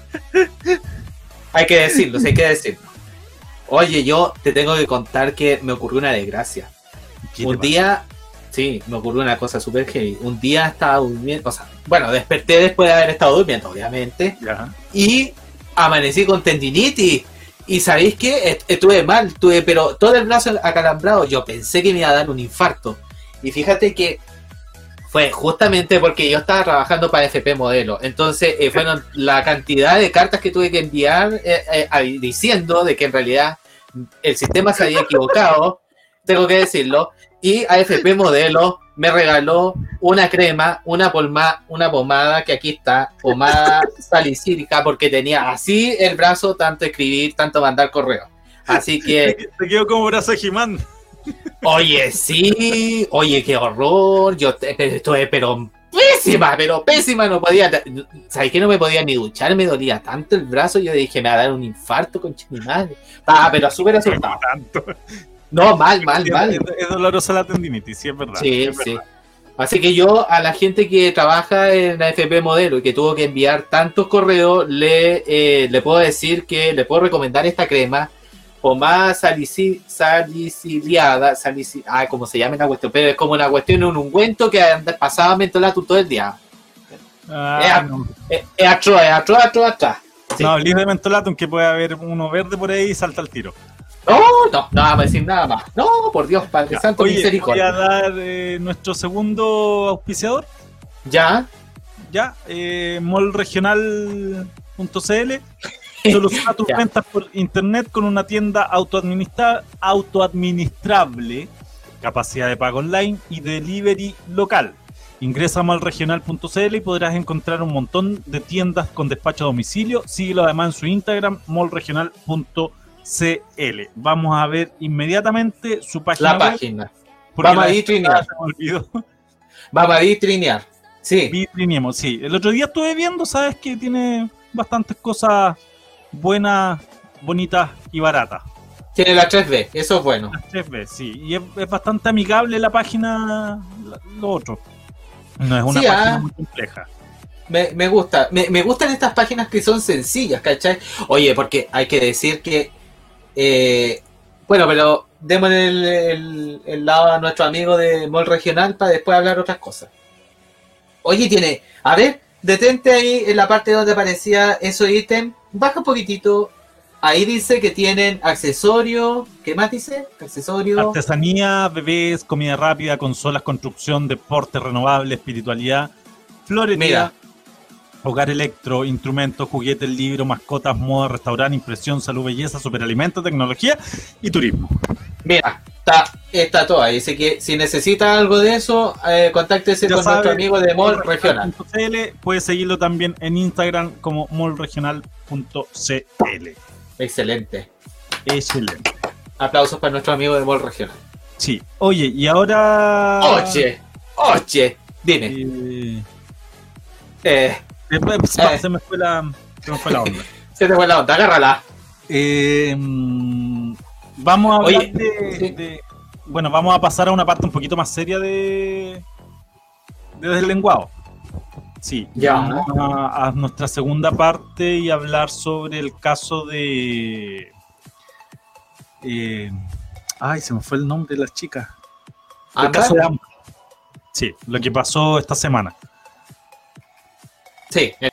hay que decirlo, hay que decirlo. Oye, yo te tengo que contar que me ocurrió una desgracia. Un día, sí, me ocurrió una cosa súper heavy. Un día estaba durmiendo, o sea, bueno, desperté después de haber estado durmiendo, obviamente. Ya. Y amanecí con tendinitis. Y ¿sabéis qué? Estuve mal, tuve, pero todo el brazo acalambrado. Yo pensé que me iba a dar un infarto. Y fíjate que fue justamente porque yo estaba trabajando para F P Modelo. Entonces eh, fueron la cantidad de cartas que tuve que enviar eh, eh, diciendo de que en realidad el sistema se había equivocado, tengo que decirlo. Y A F P Modelo me regaló una crema, una, polma, una pomada, que aquí está, pomada salicílica, porque tenía así el brazo, tanto escribir, tanto mandar correo. Así que... Te quedó como brazo de He-Man. Oye, sí, oye, qué horror, yo estuve, pero pésima, pero pésima, no podía, ¿sabes qué? No me podía ni duchar, me dolía tanto el brazo, yo dije, me va a dar un infarto, concha mi madre. Ah, pero súper asustado. No, mal, mal, mal. Es, es dolorosa la tendinitis, sí, es verdad. Sí, es sí. verdad. Así que yo a la gente que trabaja en la F P Modelo y que tuvo que enviar tantos correos, le, eh, le puedo decir que le puedo recomendar esta crema, pomada salici, saliciliada, salici, ah, como se llama la cuestión, pero es como una cuestión, un ungüento que pasaba mentolatum todo el día. Ah, es, no. es, es atroz, es atroz, atroz, atroz. Sí. No, hablé de mentolatum, que puede haber uno verde por ahí y salta al tiro. No, no, no vamos a decir nada más. No, por Dios, Padre ya, Santo, oye, misericordia. Voy a dar eh, nuestro segundo auspiciador. Ya. Ya, eh, mall regional punto c l. Soluciona tus ventas por internet con una tienda autoadministra autoadministrable capacidad de pago online y delivery local. Ingresa a mall regional punto c l y podrás encontrar un montón de tiendas con despacho a domicilio. Síguelo además en su Instagram, mall regional punto c l. Vamos a ver inmediatamente su página La web, página. porque Vamos la a vitrinear. se me olvidó. Vamos a vitrinear. Sí. Vitrineemos, sí. El otro día estuve viendo, sabes que tiene bastantes cosas buenas, bonitas y baratas. Tiene la tres B, eso es bueno. Las tres B, sí. Y es, es bastante amigable la página, la- lo otro. No es una Sí, página ah. muy compleja. Me, me gusta. Me, me gustan estas páginas que son sencillas, ¿cachai? Oye, porque hay que decir que... eh, bueno, pero demos el, el, el lado a nuestro amigo de Mall Regional para después hablar otras cosas. Oye, tiene... A ver, detente ahí en la parte donde aparecía esos ítems. Baja un poquitito. Ahí dice que tienen accesorios. ¿Qué más dice? Accesorios. Artesanía, bebés, comida rápida, consolas, construcción, deporte renovable, espiritualidad, florería, Mira. hogar electro, instrumentos, juguetes, libros, mascotas, moda, restaurante, impresión, salud, belleza, superalimentos, tecnología y turismo. Mira, está, está todo ahí. Así que si necesita algo de eso, eh, contáctese Ya con sabe, nuestro amigo de Mall Regional. punto c l. Puedes seguirlo también en Instagram como mall regional punto c l. Excelente. Excelente. Aplausos para nuestro amigo de Mall Regional. Sí. Oye, y ahora... Oye, oye, dime. Eh, Eh, eh, Eh. Se me fue la, se me fue la onda. se te fue la onda, agárrala. Eh, mm, vamos a hablar Oye, de, sí. de- Bueno, vamos a pasar a una parte un poquito más seria de. de Deslenguado. Sí, Ya. vamos a, a nuestra segunda parte y hablar sobre el caso de. eh, ay, se me fue el nombre de la chica. El ¿Ámbar? caso de Ámbar. Sí, lo que pasó esta semana. Sí. eh,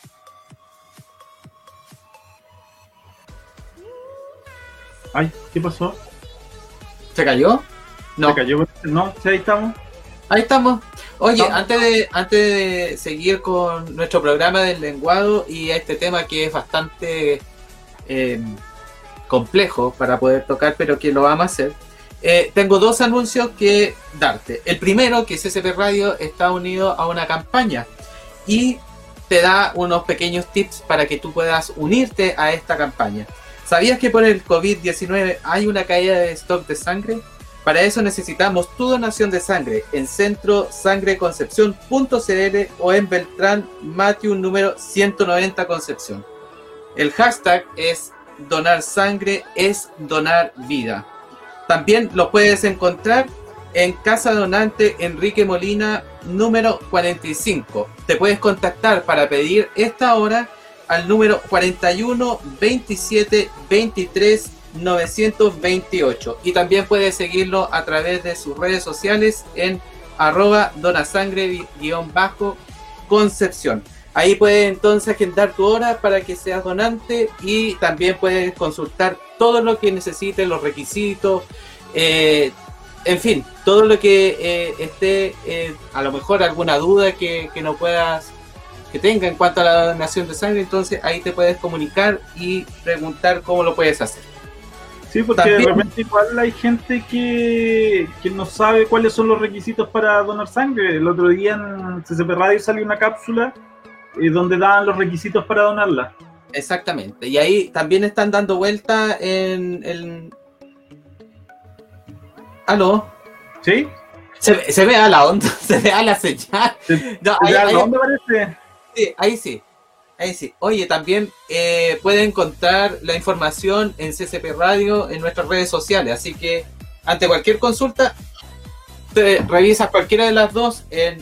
Ay, ¿qué pasó? ¿Se cayó? No. ¿Se cayó? No, sí, ahí estamos. Ahí estamos. Oye, Estamos. antes de antes de seguir con nuestro programa del lenguado y a este tema que es bastante eh, complejo para poder tocar, pero que lo vamos a hacer, eh, tengo dos anuncios que darte. El primero, que C C P Radio está unido a una campaña y te da unos pequeños tips para que tú puedas unirte a esta campaña. ¿Sabías que por el COVID diecinueve hay una caída de stock de sangre? Para eso necesitamos tu donación de sangre en centro sangre concepción punto c l o en Beltrán Matthew número ciento noventa Concepción. El hashtag es donar sangre es donar vida. También lo puedes encontrar en Casa Donante Enrique Molina número cuarenta y cinco. Te puedes contactar para pedir esta hora al número cuarenta y uno veintisiete veintitrés novecientos veintiocho y también puedes seguirlo a través de sus redes sociales en arroba donasangre guión bajo concepción. Ahí puedes entonces agendar tu hora para que seas donante y también puedes consultar todo lo que necesites, los requisitos, eh, en fin, todo lo que eh, esté, eh, a lo mejor alguna duda que, que no puedas, que tenga en cuanto a la donación de sangre, entonces ahí te puedes comunicar y preguntar cómo lo puedes hacer. Sí, porque También- de repente igual hay gente que, que no sabe cuáles son los requisitos para donar sangre. El otro día en C C P Radio salió una cápsula eh, donde daban los requisitos para donarla. Exactamente, y ahí también están dando vuelta en el... ¿Aló? ¿Sí? Se, se ve a la onda, se ve a la señal. ¿Se- No, se ahí, da ahí- dónde parece? sí, ahí sí, ahí sí. Oye, también eh, pueden encontrar la información en C C P Radio en nuestras redes sociales, así que ante cualquier consulta, te revisas cualquiera de las dos en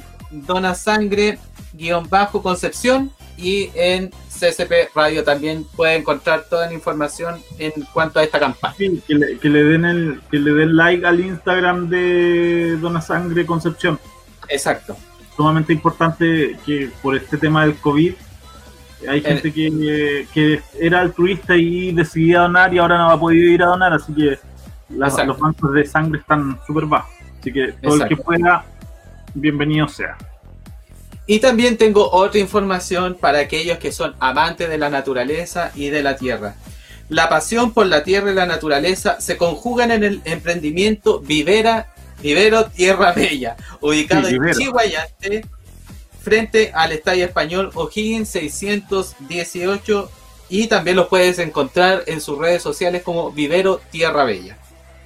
donasangre-concepción y en C C P Radio también pueden encontrar toda la información en cuanto a esta campaña. Sí, que le, que le den el que le den like al Instagram de Dona Sangre Concepción. Exacto. Sumamente importante que por este tema del COVID hay gente que, que era altruista y decidía donar y ahora no va a poder ir a donar, así que la- Exacto. los bancos de sangre están súper bajos. Así que todo el que Exacto. pueda, bienvenido sea. Y también tengo otra información para aquellos que son amantes de la naturaleza y de la tierra. La pasión por la tierra y la naturaleza se conjugan en el emprendimiento Vivera Vivero Tierra Bella, ubicado Sí, en Vivero. Chihuayante, frente al Estadio Español O'Higgins seiscientos dieciocho, y también los puedes encontrar en sus redes sociales como Vivero Tierra Bella.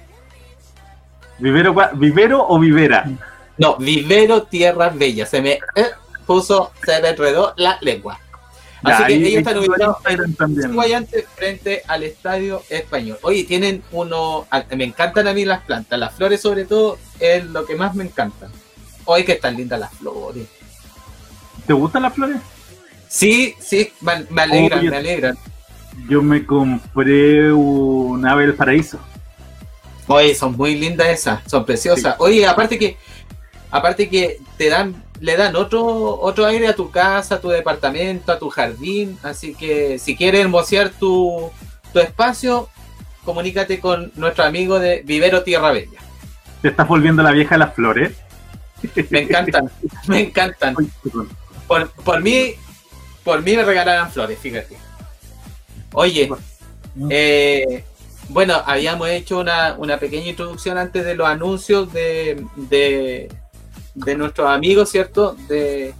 ¿Vivero, cua- ¿Vivero o Vivera? No, Vivero Tierra Bella. Se me eh, puso, se me enredó la lengua. Así Ya, que y- ellos y están ubicados Instagram también. en Chihuayante frente al Estadio Español. Oye, tienen uno, a- me encantan a mí las plantas, las flores sobre todo es lo que más me encanta. Oye, que están lindas las flores. ¿Te gustan las flores? Sí, sí, me, me alegran, Oye. me alegran. Yo me compré un ave del paraíso. Oye, son muy lindas esas, son preciosas. Sí. Oye, aparte que, aparte que te dan, le dan otro, otro aire a tu casa, a tu departamento, a tu jardín. Así que si quieres hermosear tu, tu espacio, comunícate con nuestro amigo de Vivero Tierra Bella. ¿Te estás volviendo la vieja de las flores? Me encantan, me encantan. Uy, perdón. Por, por mí, por mí me regalaran flores, fíjate. Oye, eh, bueno, habíamos hecho una, una pequeña introducción antes de los anuncios de, de, de nuestros amigos, ¿cierto? De,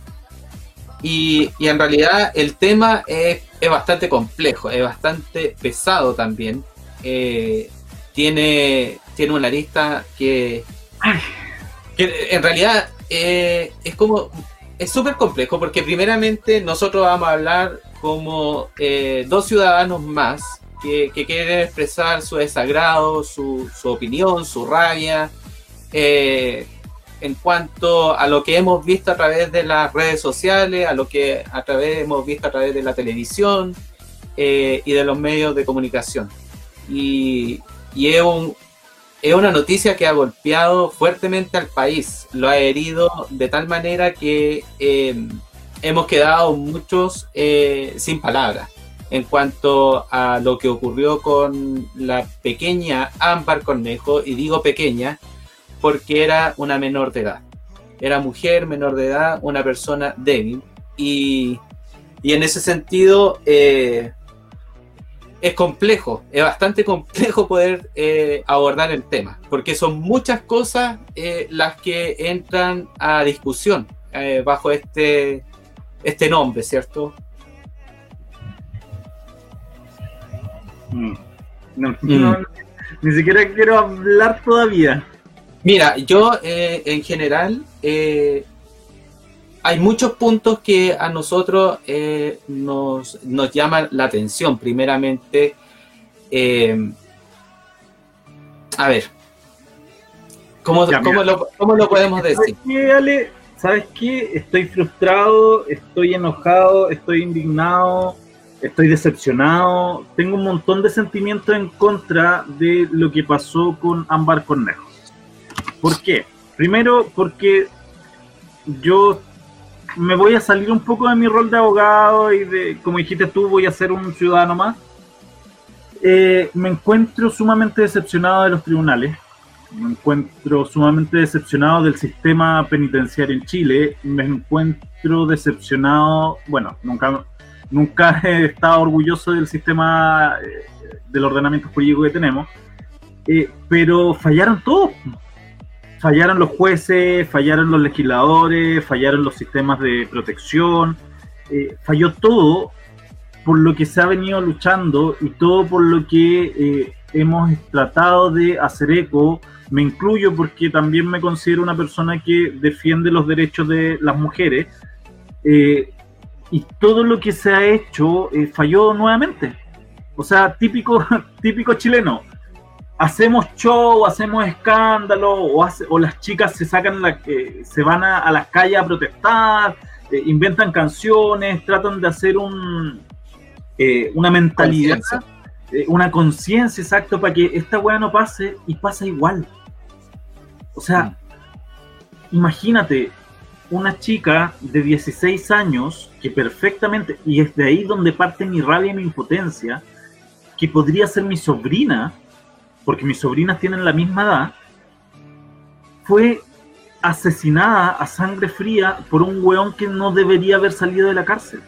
y, y en realidad el tema es, es bastante complejo, es bastante pesado también. Eh, tiene, tiene una lista que, que en realidad eh, es como... Es súper complejo porque primeramente nosotros vamos a hablar como eh, dos ciudadanos más que, que quieren expresar su desagrado, su, su opinión, su rabia, eh, en cuanto a lo que hemos visto a través de las redes sociales, a lo que a través hemos visto a través de la televisión eh, y de los medios de comunicación. Y, y es un... Es una noticia que ha golpeado fuertemente al país, lo ha herido de tal manera que eh, hemos quedado muchos eh, sin palabras en cuanto a lo que ocurrió con la pequeña Ámbar Cornejo, y digo pequeña porque era una menor de edad, era mujer, menor de edad, una persona débil, y, y en ese sentido... Eh, es complejo, es bastante complejo poder eh, abordar el tema, porque son muchas cosas eh, las que entran a discusión eh, bajo este, este nombre, ¿cierto? Mm. No, no, ni siquiera quiero hablar todavía. Mira, yo eh, en general eh, hay muchos puntos que a nosotros eh, nos, nos llaman la atención. Primeramente, eh, a ver, ¿cómo, Ya, ¿cómo, lo, ¿cómo lo podemos decir? ¿Sabes qué, Ale? ¿Sabes qué? Estoy frustrado, estoy enojado, estoy indignado, estoy decepcionado. Tengo un montón de sentimientos en contra de lo que pasó con Ámbar Cornejo. ¿Por qué? Primero, porque yo me voy a salir un poco de mi rol de abogado y de, como dijiste tú, voy a ser un ciudadano más. Eh, me encuentro sumamente decepcionado de los tribunales, me encuentro sumamente decepcionado del sistema penitenciario en Chile, me encuentro decepcionado, bueno, nunca, nunca he estado orgulloso del sistema, eh, del ordenamiento jurídico que tenemos, eh, pero fallaron todos. Fallaron los jueces, fallaron los legisladores, fallaron los sistemas de protección, eh, falló todo por lo que se ha venido luchando y todo por lo que eh, hemos tratado de hacer eco. Me incluyo porque también me considero una persona que defiende los derechos de las mujeres, eh, y todo lo que se ha hecho eh, falló nuevamente. O sea, típico, típico chileno. Hacemos show, hacemos escándalo, o, hace, o las chicas se sacan la, eh, se van a, a las calles a protestar, eh, inventan canciones, tratan de hacer un eh, una mentalidad, Conciencia. eh, una conciencia, exacto, para que esta weá no pase, y pasa igual. O sea, mm. imagínate una chica de dieciséis años que perfectamente, y es de ahí donde parte mi rabia y mi impotencia, que podría ser mi sobrina, porque mis sobrinas tienen la misma edad, fue asesinada a sangre fría por un weón que no debería haber salido de la cárcel.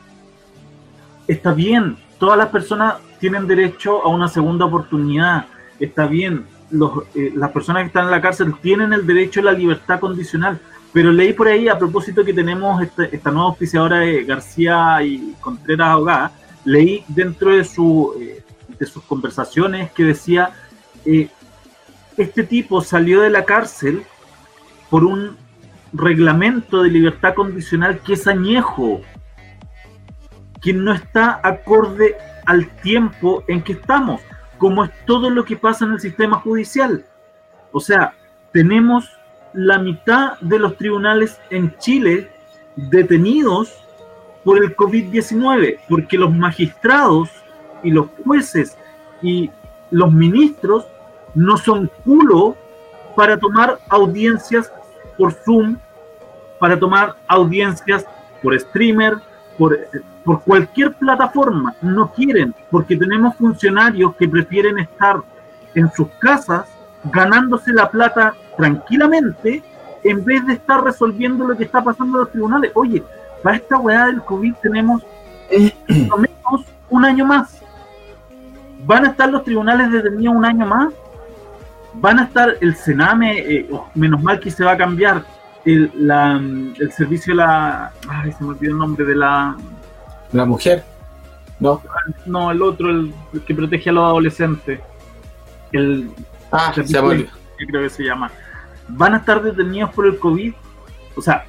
Está bien, todas las personas tienen derecho a una segunda oportunidad, está bien, los, eh, las personas que están en la cárcel tienen el derecho a la libertad condicional. Pero leí por ahí, a propósito que tenemos esta, esta nueva auspiciadora de García y Contreras Abogada, leí dentro de, su, eh, de sus conversaciones que decía, eh, este tipo salió de la cárcel por un reglamento de libertad condicional que es añejo, que no está acorde al tiempo en que estamos, como es todo lo que pasa en el sistema judicial. O sea, tenemos la mitad de los tribunales en Chile detenidos por el COVID diecinueve, porque los magistrados y los jueces y los ministros no son culo para tomar audiencias por Zoom, para tomar audiencias por streamer, por, por cualquier plataforma. No quieren, porque tenemos funcionarios que prefieren estar en sus casas ganándose la plata tranquilamente en vez de estar resolviendo lo que está pasando en los tribunales. Oye, para esta weá del COVID tenemos por lo menos un año más. ¿Van a estar los tribunales detenidos un año más? ¿Van a estar el Sename? Eh, oh, menos mal que se va a cambiar el, la, el servicio de la... Ay, se me olvidó el nombre de la... ¿La mujer? No. No, el otro, el, el que protege a los adolescentes. El... Ah, se volvió. Que creo que se llama. ¿Van a estar detenidos por el COVID? O sea,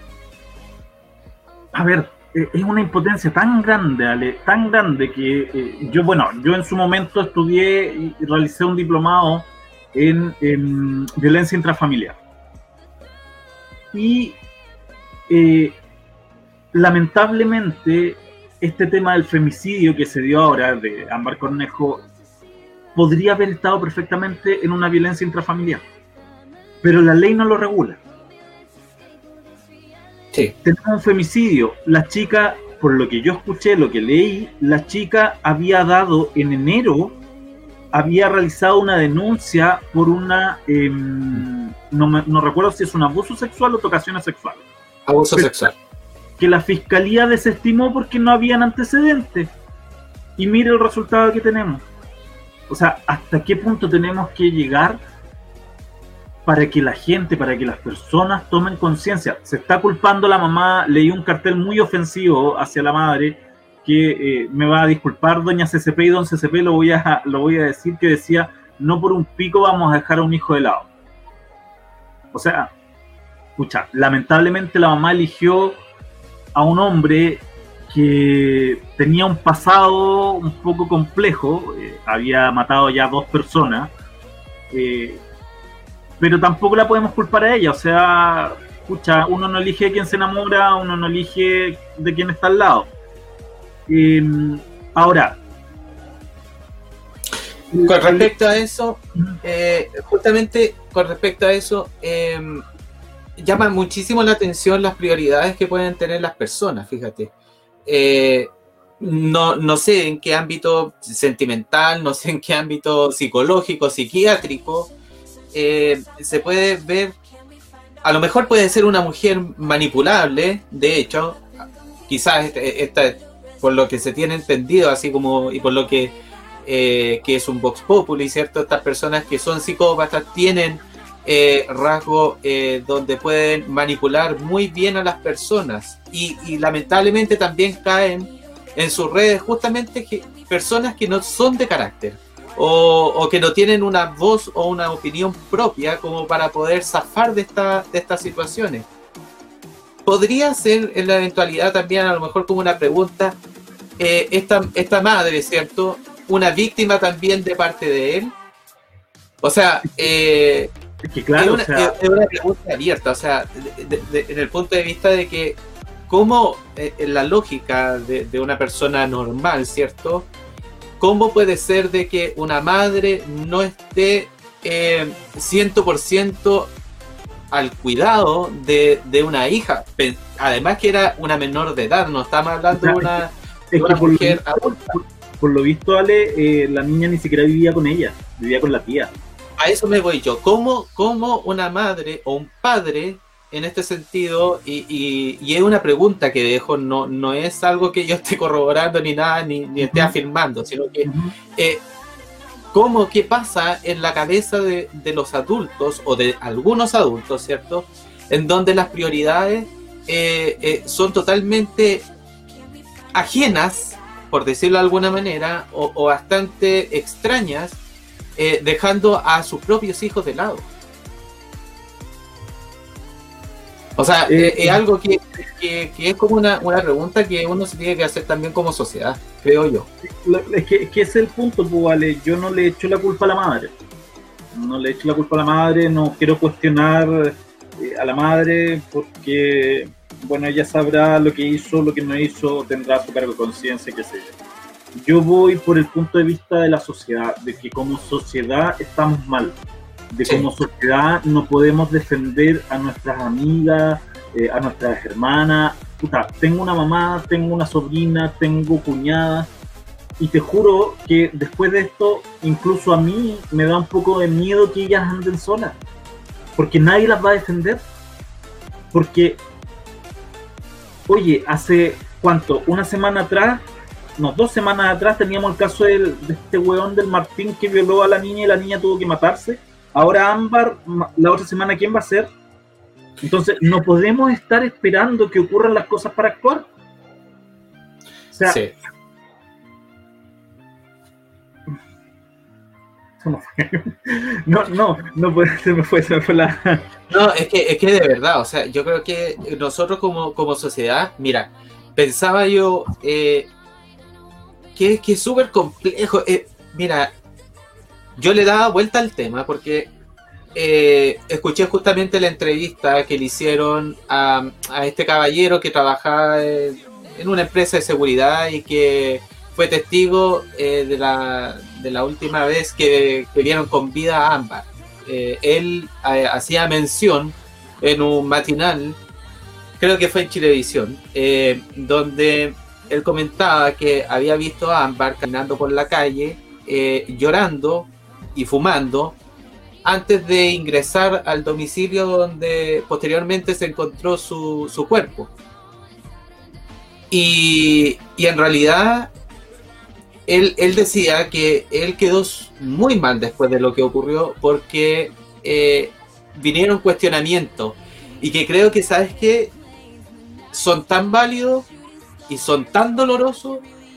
a ver, eh, es una impotencia tan grande, Ale, tan grande que eh, yo, bueno, yo en su momento estudié y realicé un diplomado en, en violencia intrafamiliar. Y eh, lamentablemente este tema del femicidio que se dio ahora de Ámbar Cornejo podría haber estado perfectamente en una violencia intrafamiliar, pero la ley no lo regula. Sí. Tenemos un femicidio. La chica, por lo que yo escuché, lo que leí, la chica había dado en enero, había realizado una denuncia por una, eh, no, me, no recuerdo si es un abuso sexual o tocaciones sexuales. Abuso pero, sexual. Que la fiscalía desestimó porque no habían antecedentes. Y mire el resultado que tenemos. O sea, ¿hasta qué punto tenemos que llegar para que la gente, para que las personas tomen conciencia? Se está culpando a la mamá. Leí un cartel muy ofensivo hacia la madre, que eh, me va a disculpar doña C C P y don C C P, lo voy a, lo voy a decir, que decía, no por un pico vamos a dejar a un hijo de lado. O sea, escucha, lamentablemente la mamá eligió a un hombre que tenía un pasado un poco complejo, eh, había matado ya dos personas, eh, pero tampoco la podemos culpar a ella. O sea, escucha, uno no elige de quién se enamora, uno no elige de quién está al lado. Eh, ahora, con respecto a eso, eh, justamente con respecto a eso, eh, llama muchísimo la atención las prioridades que pueden tener las personas, fíjate. Eh, no, no sé en qué ámbito sentimental, no sé en qué ámbito psicológico, psiquiátrico, eh, se puede ver, a lo mejor puede ser una mujer manipulable, de hecho, quizás esta, esta por lo que se tiene entendido, así como, y por lo que, eh, que es un Vox Populi, ¿cierto? Estas personas que son psicópatas tienen eh, rasgos eh, donde pueden manipular muy bien a las personas, y, y lamentablemente también caen en sus redes justamente que, personas que no son de carácter, o, o que no tienen una voz o una opinión propia como para poder zafar de, esta, de estas situaciones. Podría ser en la eventualidad también, a lo mejor como una pregunta, eh, esta, esta madre, ¿cierto? Una víctima también de parte de él. O sea, eh, es, que claro, es, una, o sea... es una pregunta abierta, o sea, de, de, de, en el punto de vista de que cómo, eh, en la lógica de, de una persona normal, ¿cierto? ¿Cómo puede ser de que una madre no esté eh, cien por ciento al cuidado de, de una hija? Además que era una menor de edad, no estamos hablando de una, de una mujer adulta. Por, por lo visto, Ale, eh, la niña ni siquiera vivía con ella, vivía con la tía. A eso me voy yo. ¿Cómo, cómo una madre o un padre, en este sentido, y, y, y es una pregunta que dejo, no, no es algo que yo esté corroborando ni nada, ni, ni esté afirmando, sino que uh-huh. eh, cómo, qué pasa en la cabeza de, de los adultos, o de algunos adultos, ¿cierto? En donde las prioridades eh, eh, son totalmente ajenas, por decirlo de alguna manera, o, o bastante extrañas, eh, dejando a sus propios hijos de lado. O sea, eh, es eh, algo que, que, que es como una, una pregunta que uno se tiene que hacer también como sociedad, creo yo. Es que, es que ese es el punto, pues, vale. Yo no le echo la culpa a la madre. No le echo la culpa a la madre, no quiero cuestionar eh, a la madre porque, bueno, ella sabrá lo que hizo, lo que no hizo, tendrá su cargo de conciencia, qué sé yo. Yo voy por el punto de vista de la sociedad, de que como sociedad estamos mal. De sí. Como sociedad no podemos defender a nuestras amigas, eh, a nuestras hermanas. Puta, tengo una mamá, tengo una sobrina, tengo cuñadas, y te juro que después de esto, incluso a mí me da un poco de miedo que ellas anden solas, porque nadie las va a defender. Porque, oye, hace, ¿cuánto? Una semana atrás, no, dos semanas atrás teníamos el caso del, de este weón del Martín que violó a la niña y la niña tuvo que matarse. Ahora Ámbar, la otra semana, ¿quién va a ser? Entonces, no podemos estar esperando que ocurran las cosas para actuar. O sea, sí. No, no, no puede, se me fue, se me fue la... No, es que, es que de verdad, o sea, yo creo que nosotros como, como sociedad, mira, pensaba yo eh, que, que es súper complejo. Eh, mira, yo le daba vuelta al tema porque eh, escuché justamente la entrevista que le hicieron a, a este caballero que trabajaba en, en una empresa de seguridad y que fue testigo eh, de, la, de la última vez que, que vieron con vida a Ámbar. Eh, él eh, hacía mención en un matinal, creo que fue en Chilevisión, eh, donde él comentaba que había visto a Ámbar caminando por la calle, eh, llorando y fumando, antes de ingresar al domicilio donde posteriormente se encontró su, su cuerpo. Y, y en realidad él, él decía que él quedó muy mal después de lo que ocurrió porque eh, vinieron cuestionamientos y que creo que, ¿sabes qué? Son tan válidos y son tan dolorosos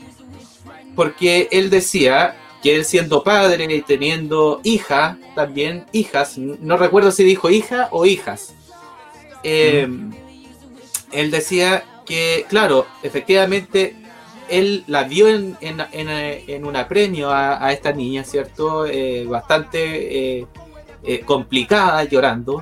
porque él decía que él siendo padre y teniendo hija, también hijas, no recuerdo si dijo hija o hijas, eh, mm. él decía que, claro, efectivamente, él la vio en, en, en, en un apremio a, a esta niña, ¿cierto? Eh, bastante eh, eh, complicada, llorando,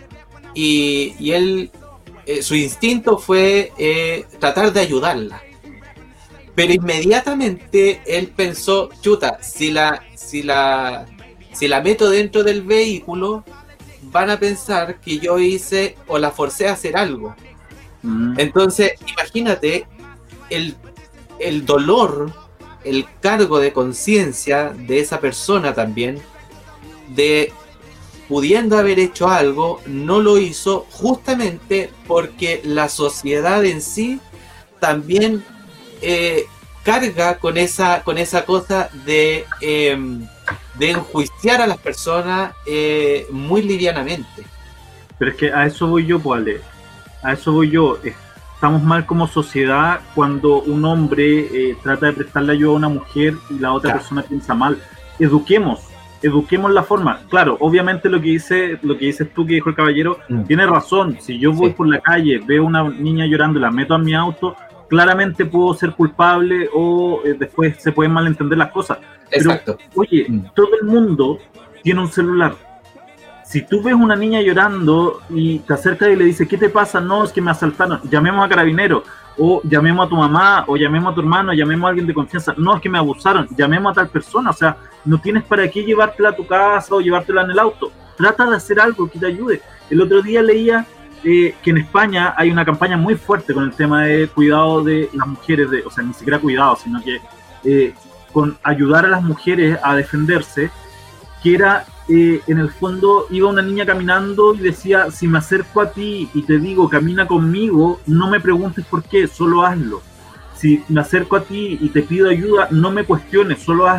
y, y él, eh, su instinto fue eh, tratar de ayudarla. Pero inmediatamente él pensó, chuta, si la, si la, si la meto dentro del vehículo, van a pensar que yo hice o la forcé a hacer algo. Mm. Entonces, imagínate el, el dolor, el cargo de conciencia de esa persona también, de pudiendo haber hecho algo, no lo hizo justamente porque la sociedad en sí también Eh, carga con esa con esa cosa de, eh, de enjuiciar a las personas eh, muy livianamente. Pero es que a eso voy yo, pues, Ale. A eso voy yo. Estamos mal como sociedad cuando un hombre eh, trata de prestarle ayuda a una mujer y la otra claro. persona piensa mal. Eduquemos, eduquemos la forma. Claro, obviamente lo que dice, lo que dices tú, que dijo el caballero, mm. tiene razón. Si yo voy sí. por la calle, veo una niña llorando y la meto a mi auto, claramente puedo ser culpable o eh, después se pueden malentender las cosas. Exacto. Pero, oye, todo el mundo tiene un celular. Si tú ves una niña llorando y te acercas y le dices, ¿qué te pasa? No, es que me asaltaron. Llamemos a Carabineros, o llamemos a tu mamá, o llamemos a tu hermano, llamemos a alguien de confianza. No, es que me abusaron. Llamemos a tal persona. O sea, no tienes para qué llevártela a tu casa o llevártela en el auto. Trata de hacer algo que te ayude. El otro día leía Eh, que en España hay una campaña muy fuerte con el tema de cuidado de las mujeres, de, o sea, ni siquiera cuidado, sino que eh, con ayudar a las mujeres a defenderse, que era, eh, en el fondo, iba una niña caminando y decía, si me acerco a ti y te digo, camina conmigo, no me preguntes por qué, solo hazlo. Si me acerco a ti y te pido ayuda, no me cuestiones, solo hazlo.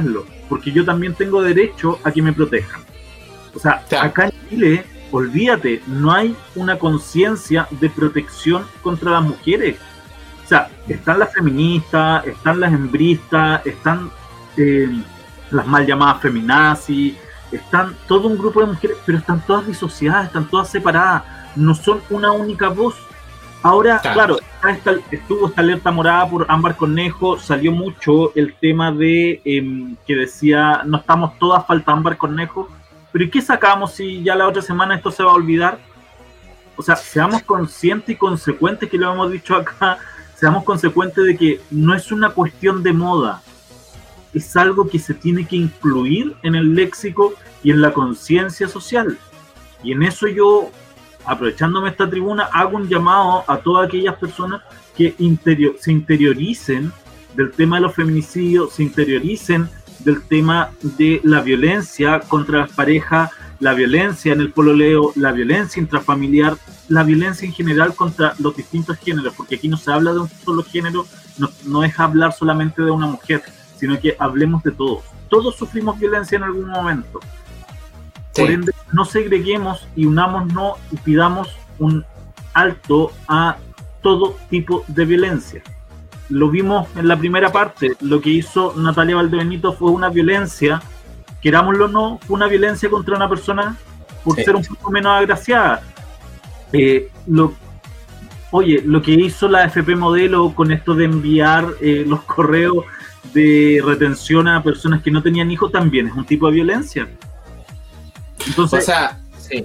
porque yo también tengo derecho a que me protejan. O sea, claro. Acá en Chile, olvídate, no hay una conciencia de protección contra las mujeres. O sea, están las feministas, están las hembristas, están eh, las mal llamadas feminazis, están todo un grupo de mujeres, pero están todas disociadas, están todas separadas, no son una única voz. Ahora, claro, claro esta, estuvo esta alerta morada por Ámbar Cornejo, salió mucho el tema de eh, que decía, no estamos todas, falta Ámbar Cornejo, pero ¿y qué sacamos si ya la otra semana esto se va a olvidar? O sea, seamos conscientes y consecuentes, que lo hemos dicho acá, seamos consecuentes de que no es una cuestión de moda, es algo que se tiene que incluir en el léxico y en la conciencia social. Y en eso yo, aprovechándome esta tribuna, hago un llamado a todas aquellas personas que interior, se interioricen del tema de los feminicidios, se interioricen del tema de la violencia contra las parejas, la violencia en el pololeo, la violencia intrafamiliar, la violencia en general contra los distintos géneros, porque aquí no se habla de un solo género, no, no es hablar solamente de una mujer, sino que hablemos de todos. Todos sufrimos violencia en algún momento. Sí. Por ende, no segreguemos y unámonos y pidamos un alto a todo tipo de violencia. Lo vimos en la primera parte, lo que hizo Natalia Valdebenito fue una violencia, querámoslo o no, fue una violencia contra una persona por sí. ser un poco menos agraciada. Eh, lo, oye, lo que hizo la F P Modelo con esto de enviar eh, los correos de retención a personas que no tenían hijos también es un tipo de violencia. Entonces, o sea, sí.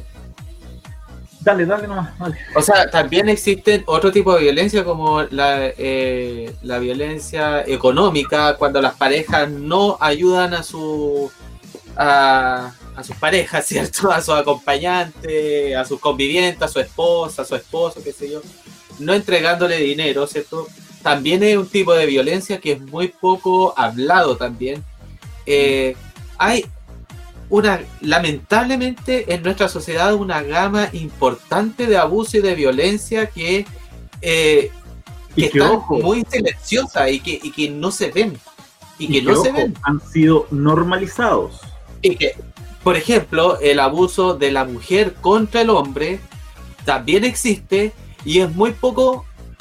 Dale, dale nomás, dale. O sea, también existen otro tipo de violencia como la, eh, la violencia económica, cuando las parejas no ayudan a su a, a sus parejas, ¿cierto? A su acompañante, a sus convivientes, a su esposa, a su esposo, qué sé yo, no entregándole dinero, ¿cierto? También es un tipo de violencia que es muy poco hablado también. Eh, hay una, lamentablemente en nuestra sociedad, una gama importante de abuso y de violencia que, eh, que, que están ojo, muy silenciosas y que, y que no se ven. Y, y que, que no ojo, se ven. Han sido normalizados. Y que, por ejemplo, el abuso de la mujer contra el hombre también existe y es muy poco...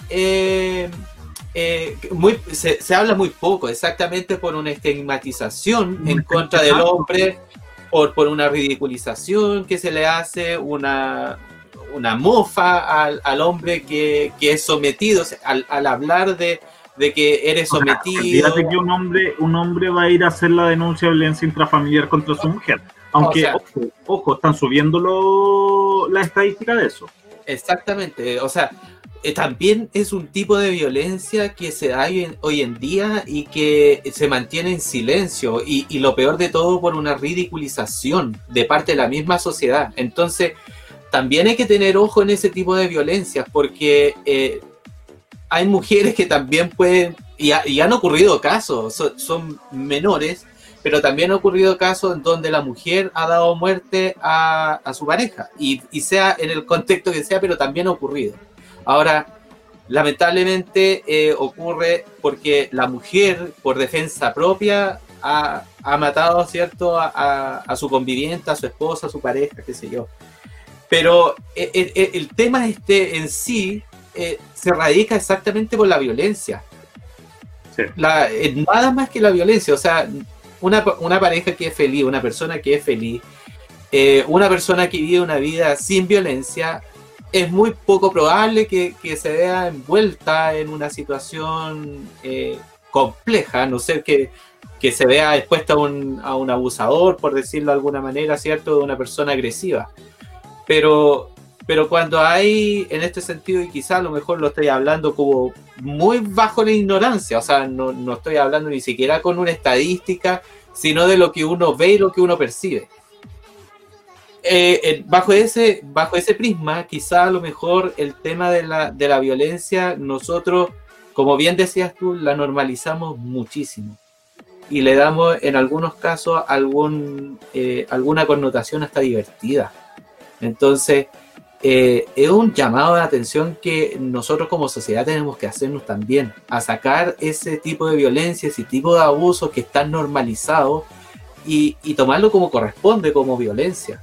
Eh, Eh, muy, se, se habla muy poco, exactamente por una estigmatización en contra del hombre, por, por una ridiculización que se le hace, una, una mofa al, al hombre que, que es sometido, o sea, al, al hablar de, de que eres sometido. Fíjate que un hombre, un hombre va a ir a hacer la denuncia de violencia intrafamiliar contra su mujer, aunque, o sea, ojo, ojo, están subiendo lo, la estadística de eso. Exactamente, o sea, Eh, también es un tipo de violencia que se da hoy en, hoy en día y que se mantiene en silencio y, y lo peor de todo por una ridiculización de parte de la misma sociedad. Entonces también hay que tener ojo en ese tipo de violencias porque eh, hay mujeres que también pueden, y, ha, y han ocurrido casos, son, son menores, pero también ha ocurrido casos en donde la mujer ha dado muerte a, a su pareja y, y sea en el contexto que sea, pero también ha ocurrido. Ahora, lamentablemente eh, ocurre porque la mujer, por defensa propia, ha, ha matado, ¿cierto?, a, a, a su conviviente, a su esposa, a su pareja, qué sé yo. Pero el, el, el tema este en sí eh, se radica exactamente por la violencia. Sí. La, eh, nada más que la violencia. O sea, una, una pareja que es feliz, una persona que es feliz, eh, una persona que vive una vida sin violencia, es muy poco probable que, que se vea envuelta en una situación eh, compleja, a no ser que, que se vea expuesta a un, a un abusador, por decirlo de alguna manera, ¿cierto?, de una persona agresiva. Pero, pero cuando hay, en este sentido, y quizá a lo mejor lo estoy hablando como muy bajo la ignorancia, o sea, no, no estoy hablando ni siquiera con una estadística, sino de lo que uno ve y lo que uno percibe. Eh, eh, bajo ese bajo ese prisma, quizá a lo mejor el tema de la, de la violencia, nosotros, como bien decías tú, la normalizamos muchísimo y le damos en algunos casos algún, eh, alguna connotación hasta divertida. Entonces, eh, es un llamado de atención que nosotros como sociedad tenemos que hacernos también, a sacar ese tipo de violencia, ese tipo de abusos que están normalizados y, y tomarlo como corresponde, como violencia.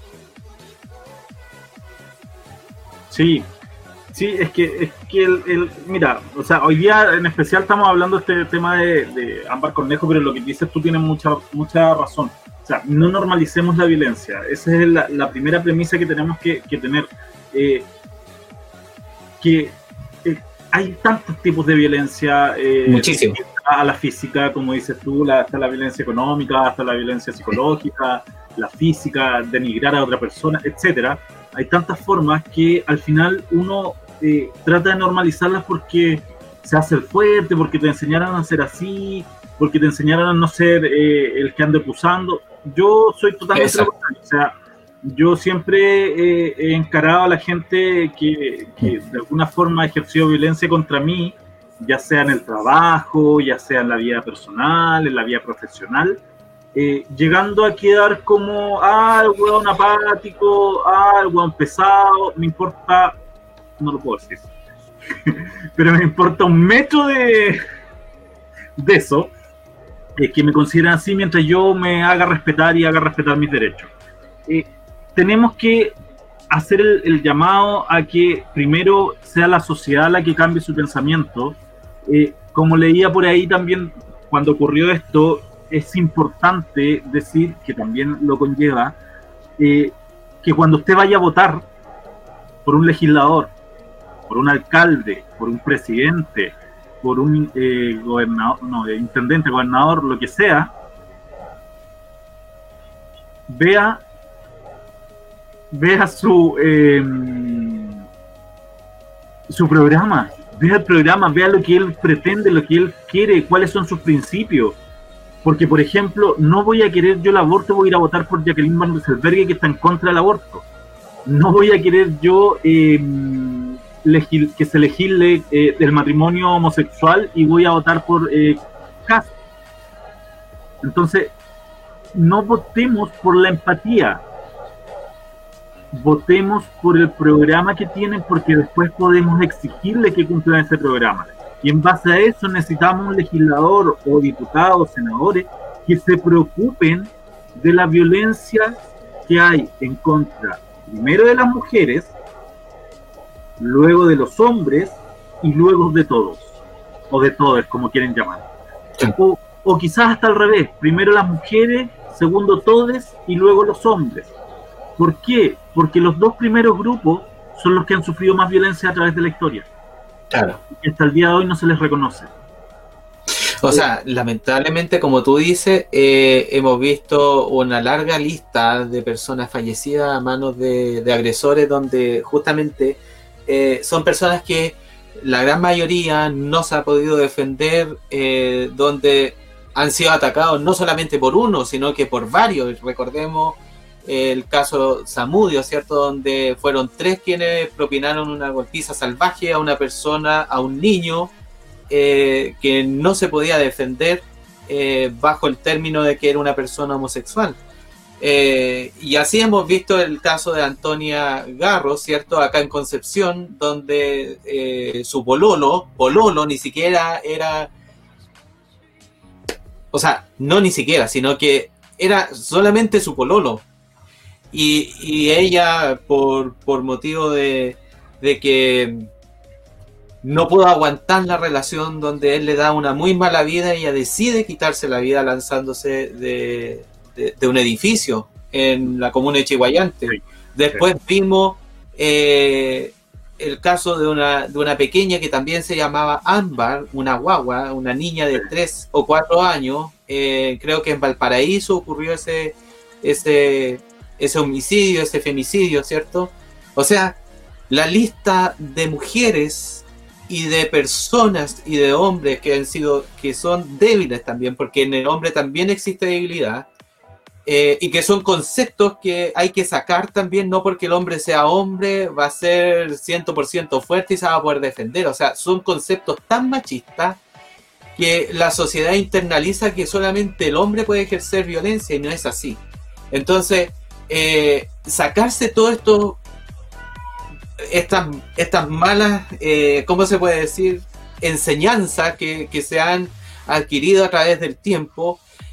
Sí, sí, es que, es que el, el, mira, o sea, hoy día en especial estamos hablando de este tema de, de Ámbar Cornejo, pero lo que dices tú tienes mucha, mucha razón. O sea, no normalicemos la violencia. Esa es la, la primera premisa que tenemos que, que tener. Eh, que eh, hay tantos tipos de violencia. Eh, Muchísimo. A la física, como dices tú, la, hasta la violencia económica, hasta la violencia psicológica, la física, denigrar a otra persona, etcétera. Hay tantas formas que al final uno eh, trata de normalizarlas porque se hace el fuerte, porque te enseñaron a ser así, porque te enseñaron a no ser eh, el que anda acusando. Yo soy totalmente lo contrario. O sea, yo siempre eh, he encarado a la gente que, que de alguna forma ha ejercido violencia contra mí, ya sea en el trabajo, ya sea en la vida personal, en la vida profesional, eh, llegando a quedar como, ah, el hueón apático, ah, el hueón pesado, me importa, no lo puedo decir, pero me importa un metro de, de eso, eh, que me consideren así mientras yo me haga respetar y haga respetar mis derechos. Eh, tenemos que hacer el, el llamado a que primero sea la sociedad la que cambie su pensamiento. Eh, como leía por ahí también, cuando ocurrió esto, es importante decir, que también lo conlleva, eh, que cuando usted vaya a votar por un legislador, por un alcalde, por un presidente, por un eh, gobernador, no, intendente, gobernador, lo que sea, vea vea su eh, su programa, vea el programa, vea lo que él pretende, lo que él quiere, cuáles son sus principios. Porque, por ejemplo, no voy a querer yo el aborto, voy a ir a votar por Jacqueline Van Rieselberghe, que está en contra del aborto. No voy a querer yo eh, legil, que se legisle eh, el matrimonio homosexual y voy a votar por eh, Kass. Entonces, no votemos por la empatía, votemos por el programa que tienen, porque después podemos exigirle que cumplan ese programa. Y en base a eso necesitamos un legislador o diputados, senadores, que se preocupen de la violencia que hay en contra, primero de las mujeres, luego de los hombres y luego de todos, o de todos, como quieren llamar. O, o quizás hasta al revés, primero las mujeres, segundo todos y luego los hombres. ¿Por qué? Porque los dos primeros grupos son los que han sufrido más violencia a través de la historia. Claro. Y hasta el día de hoy no se les reconoce. O sea, lamentablemente, como tú dices, eh, hemos visto una larga lista de personas fallecidas a manos de, de agresores, donde justamente eh, son personas que la gran mayoría no se ha podido defender, eh, donde han sido atacados no solamente por uno, sino que por varios. Recordemos el caso Zamudio, ¿cierto? Donde fueron tres quienes propinaron una golpiza salvaje a una persona, a un niño, eh, que no se podía defender eh, bajo el término de que era una persona homosexual. Eh, y así hemos visto el caso de Antonia Garro, ¿cierto? Acá en Concepción, donde eh, su pololo, pololo ni siquiera era... O sea, no ni siquiera, sino que era solamente su pololo. Y, y ella, por, por motivo de, de que no pudo aguantar la relación donde él le da una muy mala vida, ella decide quitarse la vida lanzándose de, de, de un edificio en la comuna de Chiguayante. Sí. Después sí. vimos eh, el caso de una, de una pequeña que también se llamaba Ámbar, una guagua, una niña de tres o cuatro años. Eh, creo que en Valparaíso ocurrió ese... ese ese homicidio, ese femicidio, ¿cierto? O sea, la lista de mujeres y de personas y de hombres que han sido, que son débiles también, porque en el hombre también existe debilidad, eh, y que son conceptos que hay que sacar también, no porque el hombre sea hombre, va a ser cien por ciento fuerte y se va a poder defender. O sea, son conceptos tan machistas que la sociedad internaliza que solamente el hombre puede ejercer violencia, y no es así. Entonces, Eh, sacarse todo esto, estas, estas malas, eh, ¿cómo se puede decir? Enseñanzas que, que se han adquirido a través del tiempo,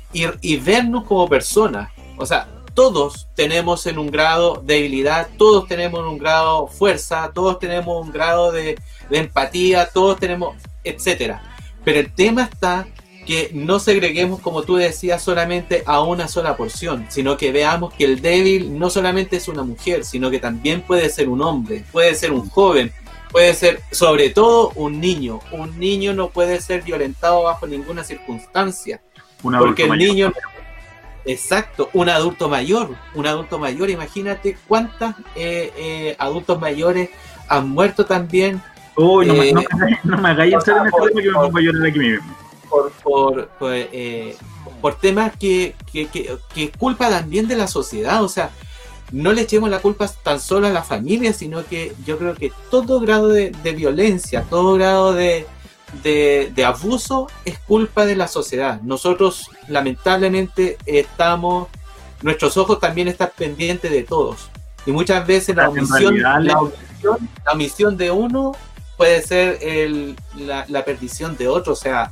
y, y vernos como personas. O sea, todos tenemos en un grado debilidad, todos tenemos en un grado fuerza, todos tenemos un grado de, de empatía, todos tenemos, etcétera. Pero el tema está que no segreguemos, como tú decías, solamente a una sola porción, sino que veamos que el débil no solamente es una mujer, sino que también puede ser un hombre, puede ser un joven, puede ser sobre todo un niño. Un niño no puede ser violentado bajo ninguna circunstancia, porque el mayor. niño... Exacto, un adulto mayor, un adulto mayor, imagínate cuántos eh, eh, adultos mayores han muerto también. Uy, no, eh, no, no, no me hagáis entrar en este tema que me pongo a llorar aquí mismo. Por, por, por, eh, por temas que, que, que, que es culpa también de la sociedad, o sea, no le echemos la culpa tan solo a la familia, sino que yo creo que todo grado de, de violencia, todo grado de, de, de abuso es culpa de la sociedad. Nosotros lamentablemente estamos, nuestros ojos también están pendientes de todos, y muchas veces la omisión, la omisión, la omisión de uno puede ser el, la, la perdición de otro, o sea,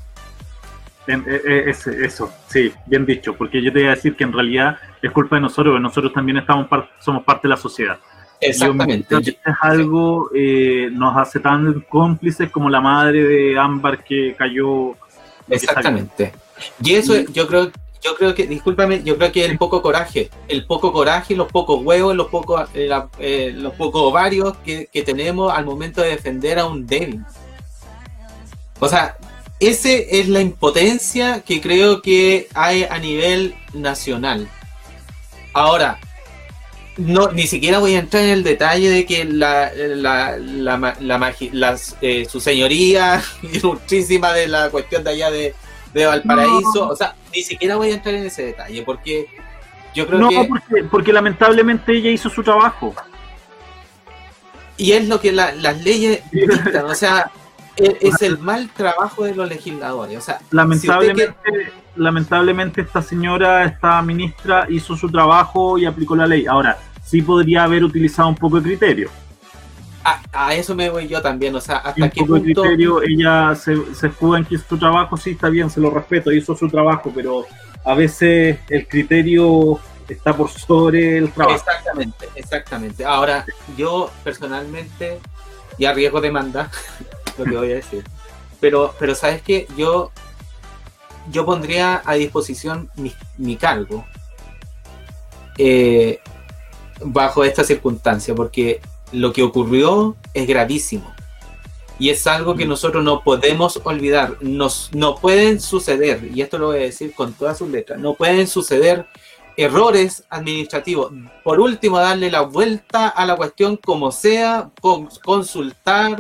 Es, eso, sí, bien dicho, porque yo te iba a decir que en realidad es culpa de nosotros, porque nosotros también estamos par- somos parte de la sociedad. Exactamente. Y es algo, eh, nos hace tan cómplices como la madre de Ámbar que cayó. Exactamente. Que y eso y, yo creo, yo creo que, discúlpame, yo creo que el poco coraje, el poco coraje, los pocos huevos, los pocos, eh, eh, los pocos ovarios que, que tenemos al momento de defender a un débil. O sea, esa es la impotencia que creo que hay a nivel nacional. Ahora, no, ni siquiera voy a entrar en el detalle de que la, la, la, la, la, la eh, su señoría ilustrísima de la cuestión de allá de, de Valparaíso, no. O sea, ni siquiera voy a entrar en ese detalle, porque yo creo no, que... No, porque, porque lamentablemente ella hizo su trabajo. Y es lo que la, las leyes dictan, o sea... Es el mal trabajo de los legisladores. O sea, lamentablemente, si que... lamentablemente esta señora, esta ministra, hizo su trabajo y aplicó la ley. Ahora, sí podría haber utilizado un poco de criterio. A, a eso me voy yo también. O sea, hasta un qué poco punto... de criterio, ella se, se escuda en que hizo su trabajo, sí, está bien, se lo respeto, hizo su trabajo, pero a veces el criterio está por sobre el trabajo. Exactamente, exactamente. Ahora, yo personalmente, y a riesgo de mandar... lo que voy a decir, pero pero sabes que yo yo pondría a disposición mi, mi cargo eh, bajo esta circunstancia, porque lo que ocurrió es gravísimo y es algo que nosotros no podemos olvidar. Nos, no pueden suceder, y esto lo voy a decir con todas sus letras, no pueden suceder errores administrativos. Por último, darle la vuelta a la cuestión como sea, con, consultar.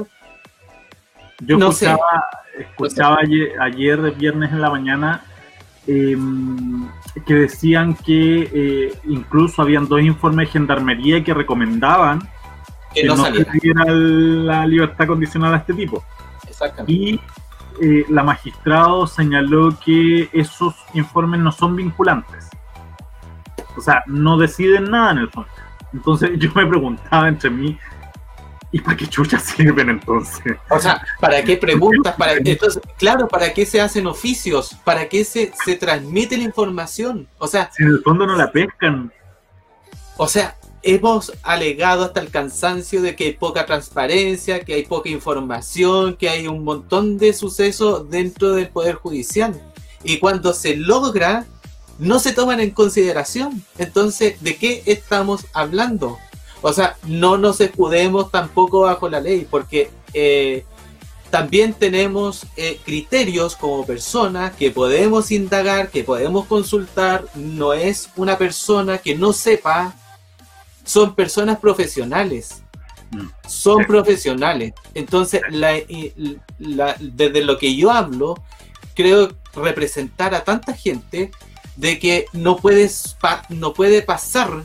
Yo no escuchaba, sé. escuchaba ayer, ayer, viernes en la mañana, eh, que decían que eh, incluso habían dos informes de gendarmería que recomendaban que, que no, no se diera la libertad condicional a este tipo. Exactamente. Y eh, la magistrado señaló que esos informes no son vinculantes. O sea, no deciden nada en el fondo. Entonces yo me preguntaba entre mí, ¿y para qué chuchas sirven entonces? O sea, ¿para qué preguntas? Para, entonces, claro, ¿para qué se hacen oficios? ¿Para qué se, se transmite la información? O sea, si en el fondo no la pescan. O sea, hemos alegado hasta el cansancio de que hay poca transparencia, que hay poca información, que hay un montón de sucesos dentro del Poder Judicial. Y cuando se logra, no se toman en consideración. Entonces, ¿de qué estamos hablando? O sea, no nos escudemos tampoco bajo la ley, porque eh, también tenemos eh, criterios como personas que podemos indagar, que podemos consultar. No es una persona que no sepa, son personas profesionales. Son profesionales. Entonces, la, la, desde lo que yo hablo, creo representar a tanta gente de que no, puedes, no puede pasar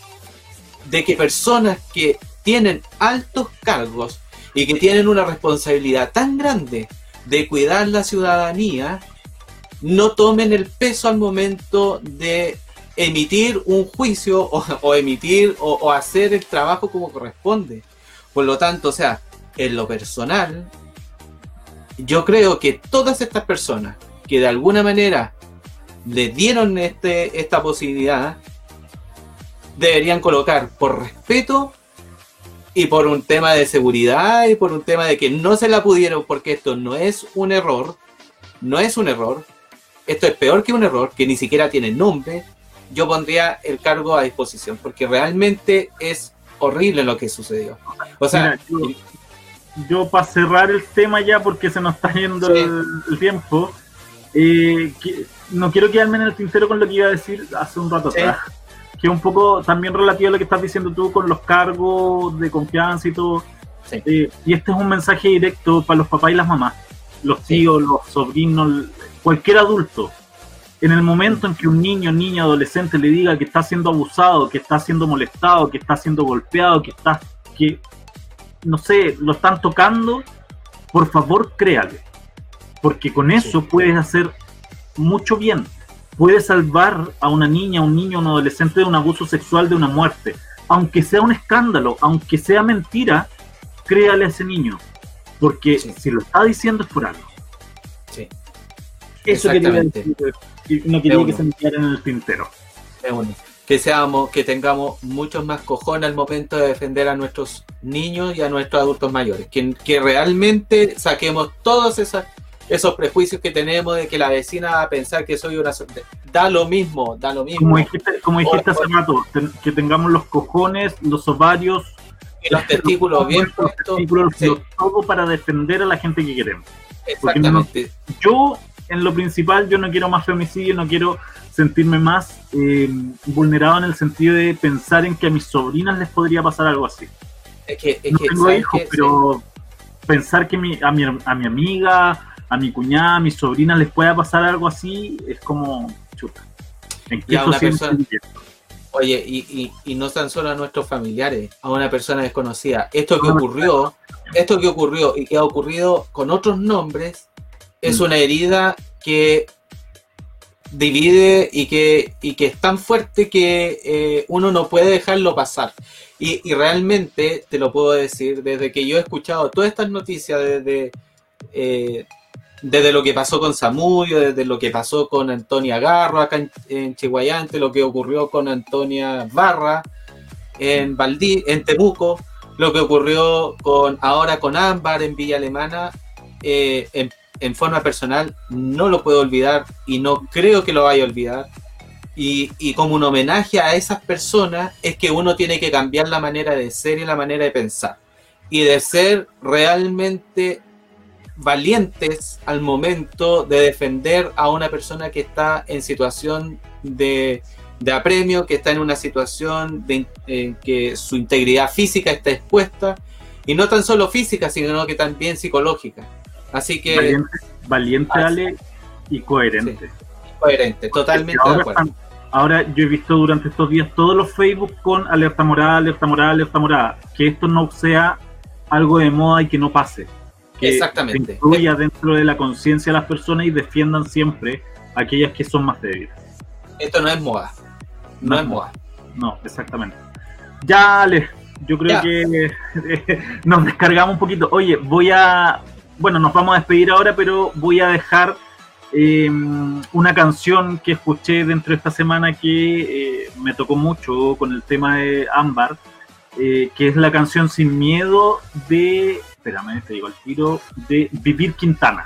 de que personas que tienen altos cargos y que tienen una responsabilidad tan grande de cuidar la ciudadanía no tomen el peso al momento de emitir un juicio o, o emitir o, o hacer el trabajo como corresponde. Por lo tanto, o sea, en lo personal, yo creo que todas estas personas que de alguna manera le dieron este, esta posibilidad, deberían colocar por respeto y por un tema de seguridad y por un tema de que no se la pudieron, porque esto no es un error, no es un error, esto es peor que un error, que ni siquiera tiene nombre. Yo pondría el cargo a disposición, porque realmente es horrible lo que sucedió. O sea, mira, yo, yo para cerrar el tema ya, porque se nos está yendo sí. el, el tiempo, eh, que, no quiero quedarme en el tintero con lo que iba a decir hace un rato sí. atrás, que es un poco también relativo a lo que estás diciendo tú con los cargos de confianza y todo. Sí. Eh, y este es un mensaje directo para los papás y las mamás, los tíos, sí. los sobrinos, cualquier adulto. En el momento en que un niño, niña, adolescente le diga que está siendo abusado, que está siendo molestado, que está siendo golpeado, que está, que, no sé, lo están tocando, por favor créale. Porque con eso sí. puedes hacer mucho bien. Puedes salvar a una niña, a un niño, a un adolescente de un abuso sexual, de una muerte. Aunque sea un escándalo, aunque sea mentira, créale a ese niño. Porque sí. si lo está diciendo es por algo. Sí. Eso quería decir. No quería que se me quedara en el tintero. Bueno, que seamos, que tengamos muchos más cojones al momento de defender a nuestros niños y a nuestros adultos mayores. Que, que realmente saquemos todos esos, esos prejuicios que tenemos de que la vecina va a pensar que soy una... Da lo mismo, da lo mismo. Como dijiste, como dijiste o, hace o, rato, ten, que tengamos los cojones, los ovarios... Y los testículos los bien puestos. Los testículos, sí. todo para defender a la gente que queremos. Exactamente. No, yo... En lo principal, yo no quiero más femicidio, no quiero sentirme más eh, vulnerado en el sentido de pensar en que a mis sobrinas les podría pasar algo así. Es que, es no que, tengo hijos, que, pero sí. pensar que mi, a, mi, a mi amiga, a mi cuñada, a mis sobrinas les pueda pasar algo así, es como chuta. ¿En qué una persona, oye, y, y, y no tan solo a nuestros familiares, a una persona desconocida. Esto que ocurrió, esto que ocurrió y que ha ocurrido con otros nombres, es una herida que divide y que, y que es tan fuerte que eh, uno no puede dejarlo pasar. Y, y realmente, te lo puedo decir, desde que yo he escuchado todas estas noticias, desde, eh, desde lo que pasó con Zamudio, desde lo que pasó con Antonia Garro acá en, en Chihuayante, lo que ocurrió con Antonia Barra en Valdí, en Temuco, lo que ocurrió con ahora con Ámbar en Villa Alemana, eh, en en forma personal no lo puedo olvidar y no creo que lo vaya a olvidar. Y, y como un homenaje a esas personas es que uno tiene que cambiar la manera de ser y la manera de pensar. Y de ser realmente valientes al momento de defender a una persona que está en situación de, de apremio, que está en una situación de, en que su integridad física está expuesta. Y no tan solo física, sino que también psicológica. Así que... Valiente, valiente Ale, y coherente. Sí, coherente, totalmente ahora de acuerdo. Están, ahora yo he visto durante estos días todos los Facebook con alerta morada, alerta morada, alerta morada. Que esto no sea algo de moda y que no pase. Que exactamente. se incluya dentro de la conciencia de las personas y defiendan siempre a aquellas que son más débiles. Esto no es moda. No, no es moda. No, exactamente. Ya, Ale, yo creo ya. que eh, nos descargamos un poquito. Oye, voy a... Bueno, nos vamos a despedir ahora, pero voy a dejar eh, una canción que escuché dentro de esta semana que eh, me tocó mucho con el tema de Ámbar, eh, que es la canción Sin Miedo de, espérame, te digo al tiro, de Vivir Quintana.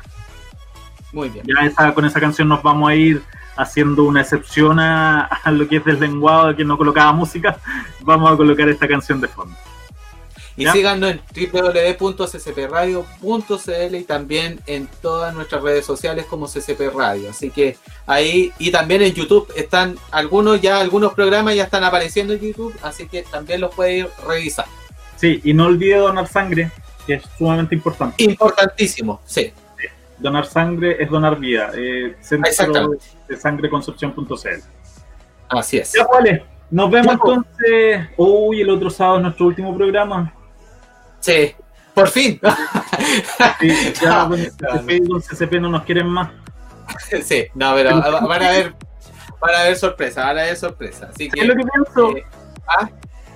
Muy bien. Ya esa, con esa canción nos vamos a ir haciendo una excepción a, a lo que es deslenguado, que no colocaba música. Vamos a colocar esta canción de fondo. Y ¿ya? Síganos en doble u doble u doble u punto c c p radio punto c l y también en todas nuestras redes sociales como C C P Radio. Así que ahí, y también en YouTube están algunos ya, algunos programas ya están apareciendo en YouTube, así que también los puede ir revisar. Sí, y no olvide donar sangre, que es sumamente importante. Importantísimo, sí. sí. Donar sangre es donar vida. Eh, Centro de Sangre Concepción punto c l. Así es. Ya, vale. Nos vemos ya, entonces. Uy, el otro sábado es nuestro último programa. Sí, por fin. Sí, ya con el C C P no nos quieren más. Sí, no, pero van a haber, van a haber sorpresa, van a haber sorpresa. Así que, es lo que pienso. Eh, ¿ah?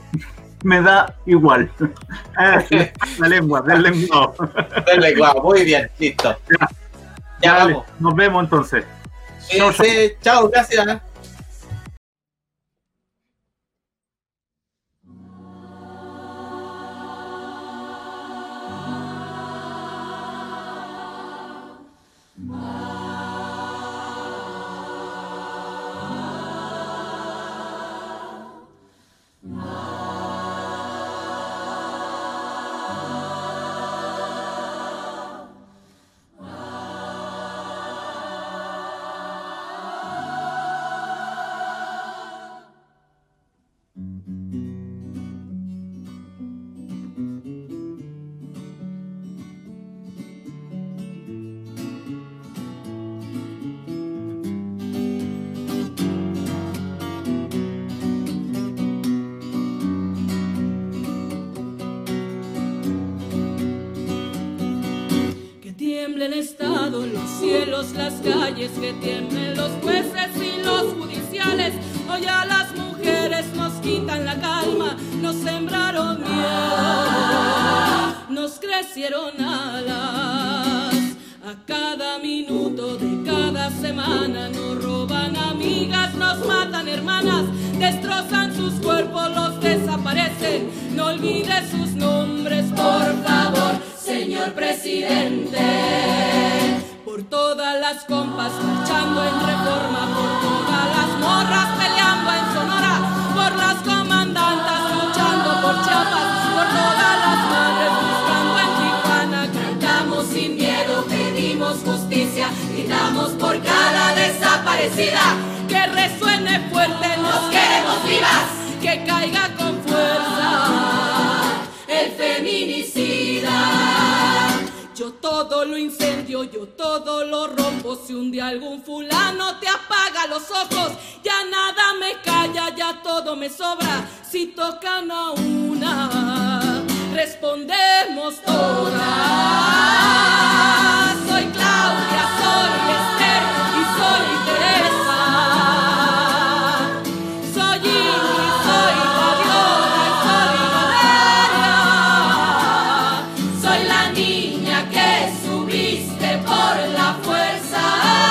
Me da igual. Ah, la lengua, del lenguado. Del lenguado, muy bien, listo. Ya, ya vale, vamos. Nos vemos entonces. Cuídense. Chao, gracias. tiemblen estado los cielos, las calles, que tiemblen los jueces y los judiciales. Hoy a las mujeres nos quitan la calma, nos sembraron miedo, nos crecieron alas. A cada minuto de cada semana nos roban amigas, nos matan hermanas, destrozan sus cuerpos, los desaparecen. No olvide sus nombres, por favor, señor presidente. Por todas las compas marchando en Reforma, por todas las morras peleando en Sonora, por las comandantas luchando por Chiapas, por todas las madres buscando en Tijuana. Cantamos sin miedo, pedimos justicia, gritamos por cada desaparecida. Que resuene fuerte, nos queremos vivas, que caiga con fuerza el feminicida. Yo todo lo incendio, yo todo lo rompo. Si un día algún fulano te apaga los ojos, ya nada me calla, ya todo me sobra. Si tocan a una, respondemos todas. Soy Claudia, soy Esther y soy Teresa. Soy Ingrid, soy Fabiola y soy Valeria. Soy la niña que subiste por la fuerza.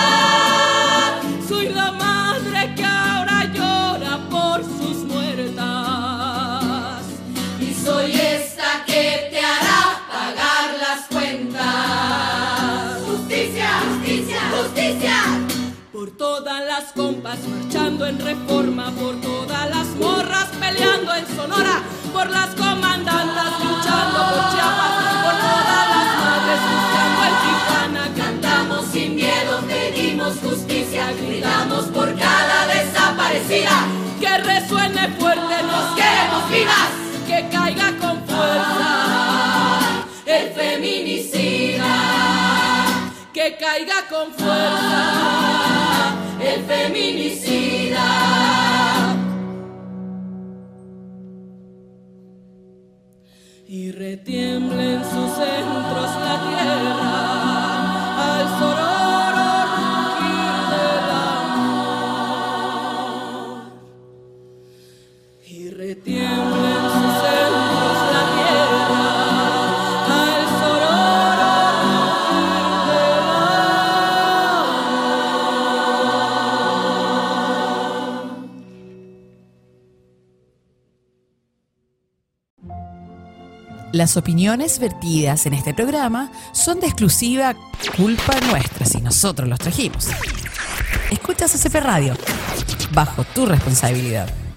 Soy la madre que ahora llora por sus muertas. Y soy esta que te hará pagar las cuentas. Justicia, justicia, justicia. Por todas las compas marchando en Reforma, por todas las morras peleando en Sonora, por las comandantas luchando por Chiapas, por todas las madres buscando en Tijuana. Cantamos sin miedo, pedimos justicia, gritamos por cada desaparecida. Que resuene fuerte, nos queremos vivas, que caiga con fuerza el feminicida. Que caiga con fuerza el feminicida. Y retiemble en sus centros la tierra al sororo rugir del amor. Y retiemble en sus centros la tierra al sororo rugir del Las opiniones vertidas en este programa son de exclusiva culpa nuestra si nosotros los trajimos. Escucha C C P Radio, bajo tu responsabilidad.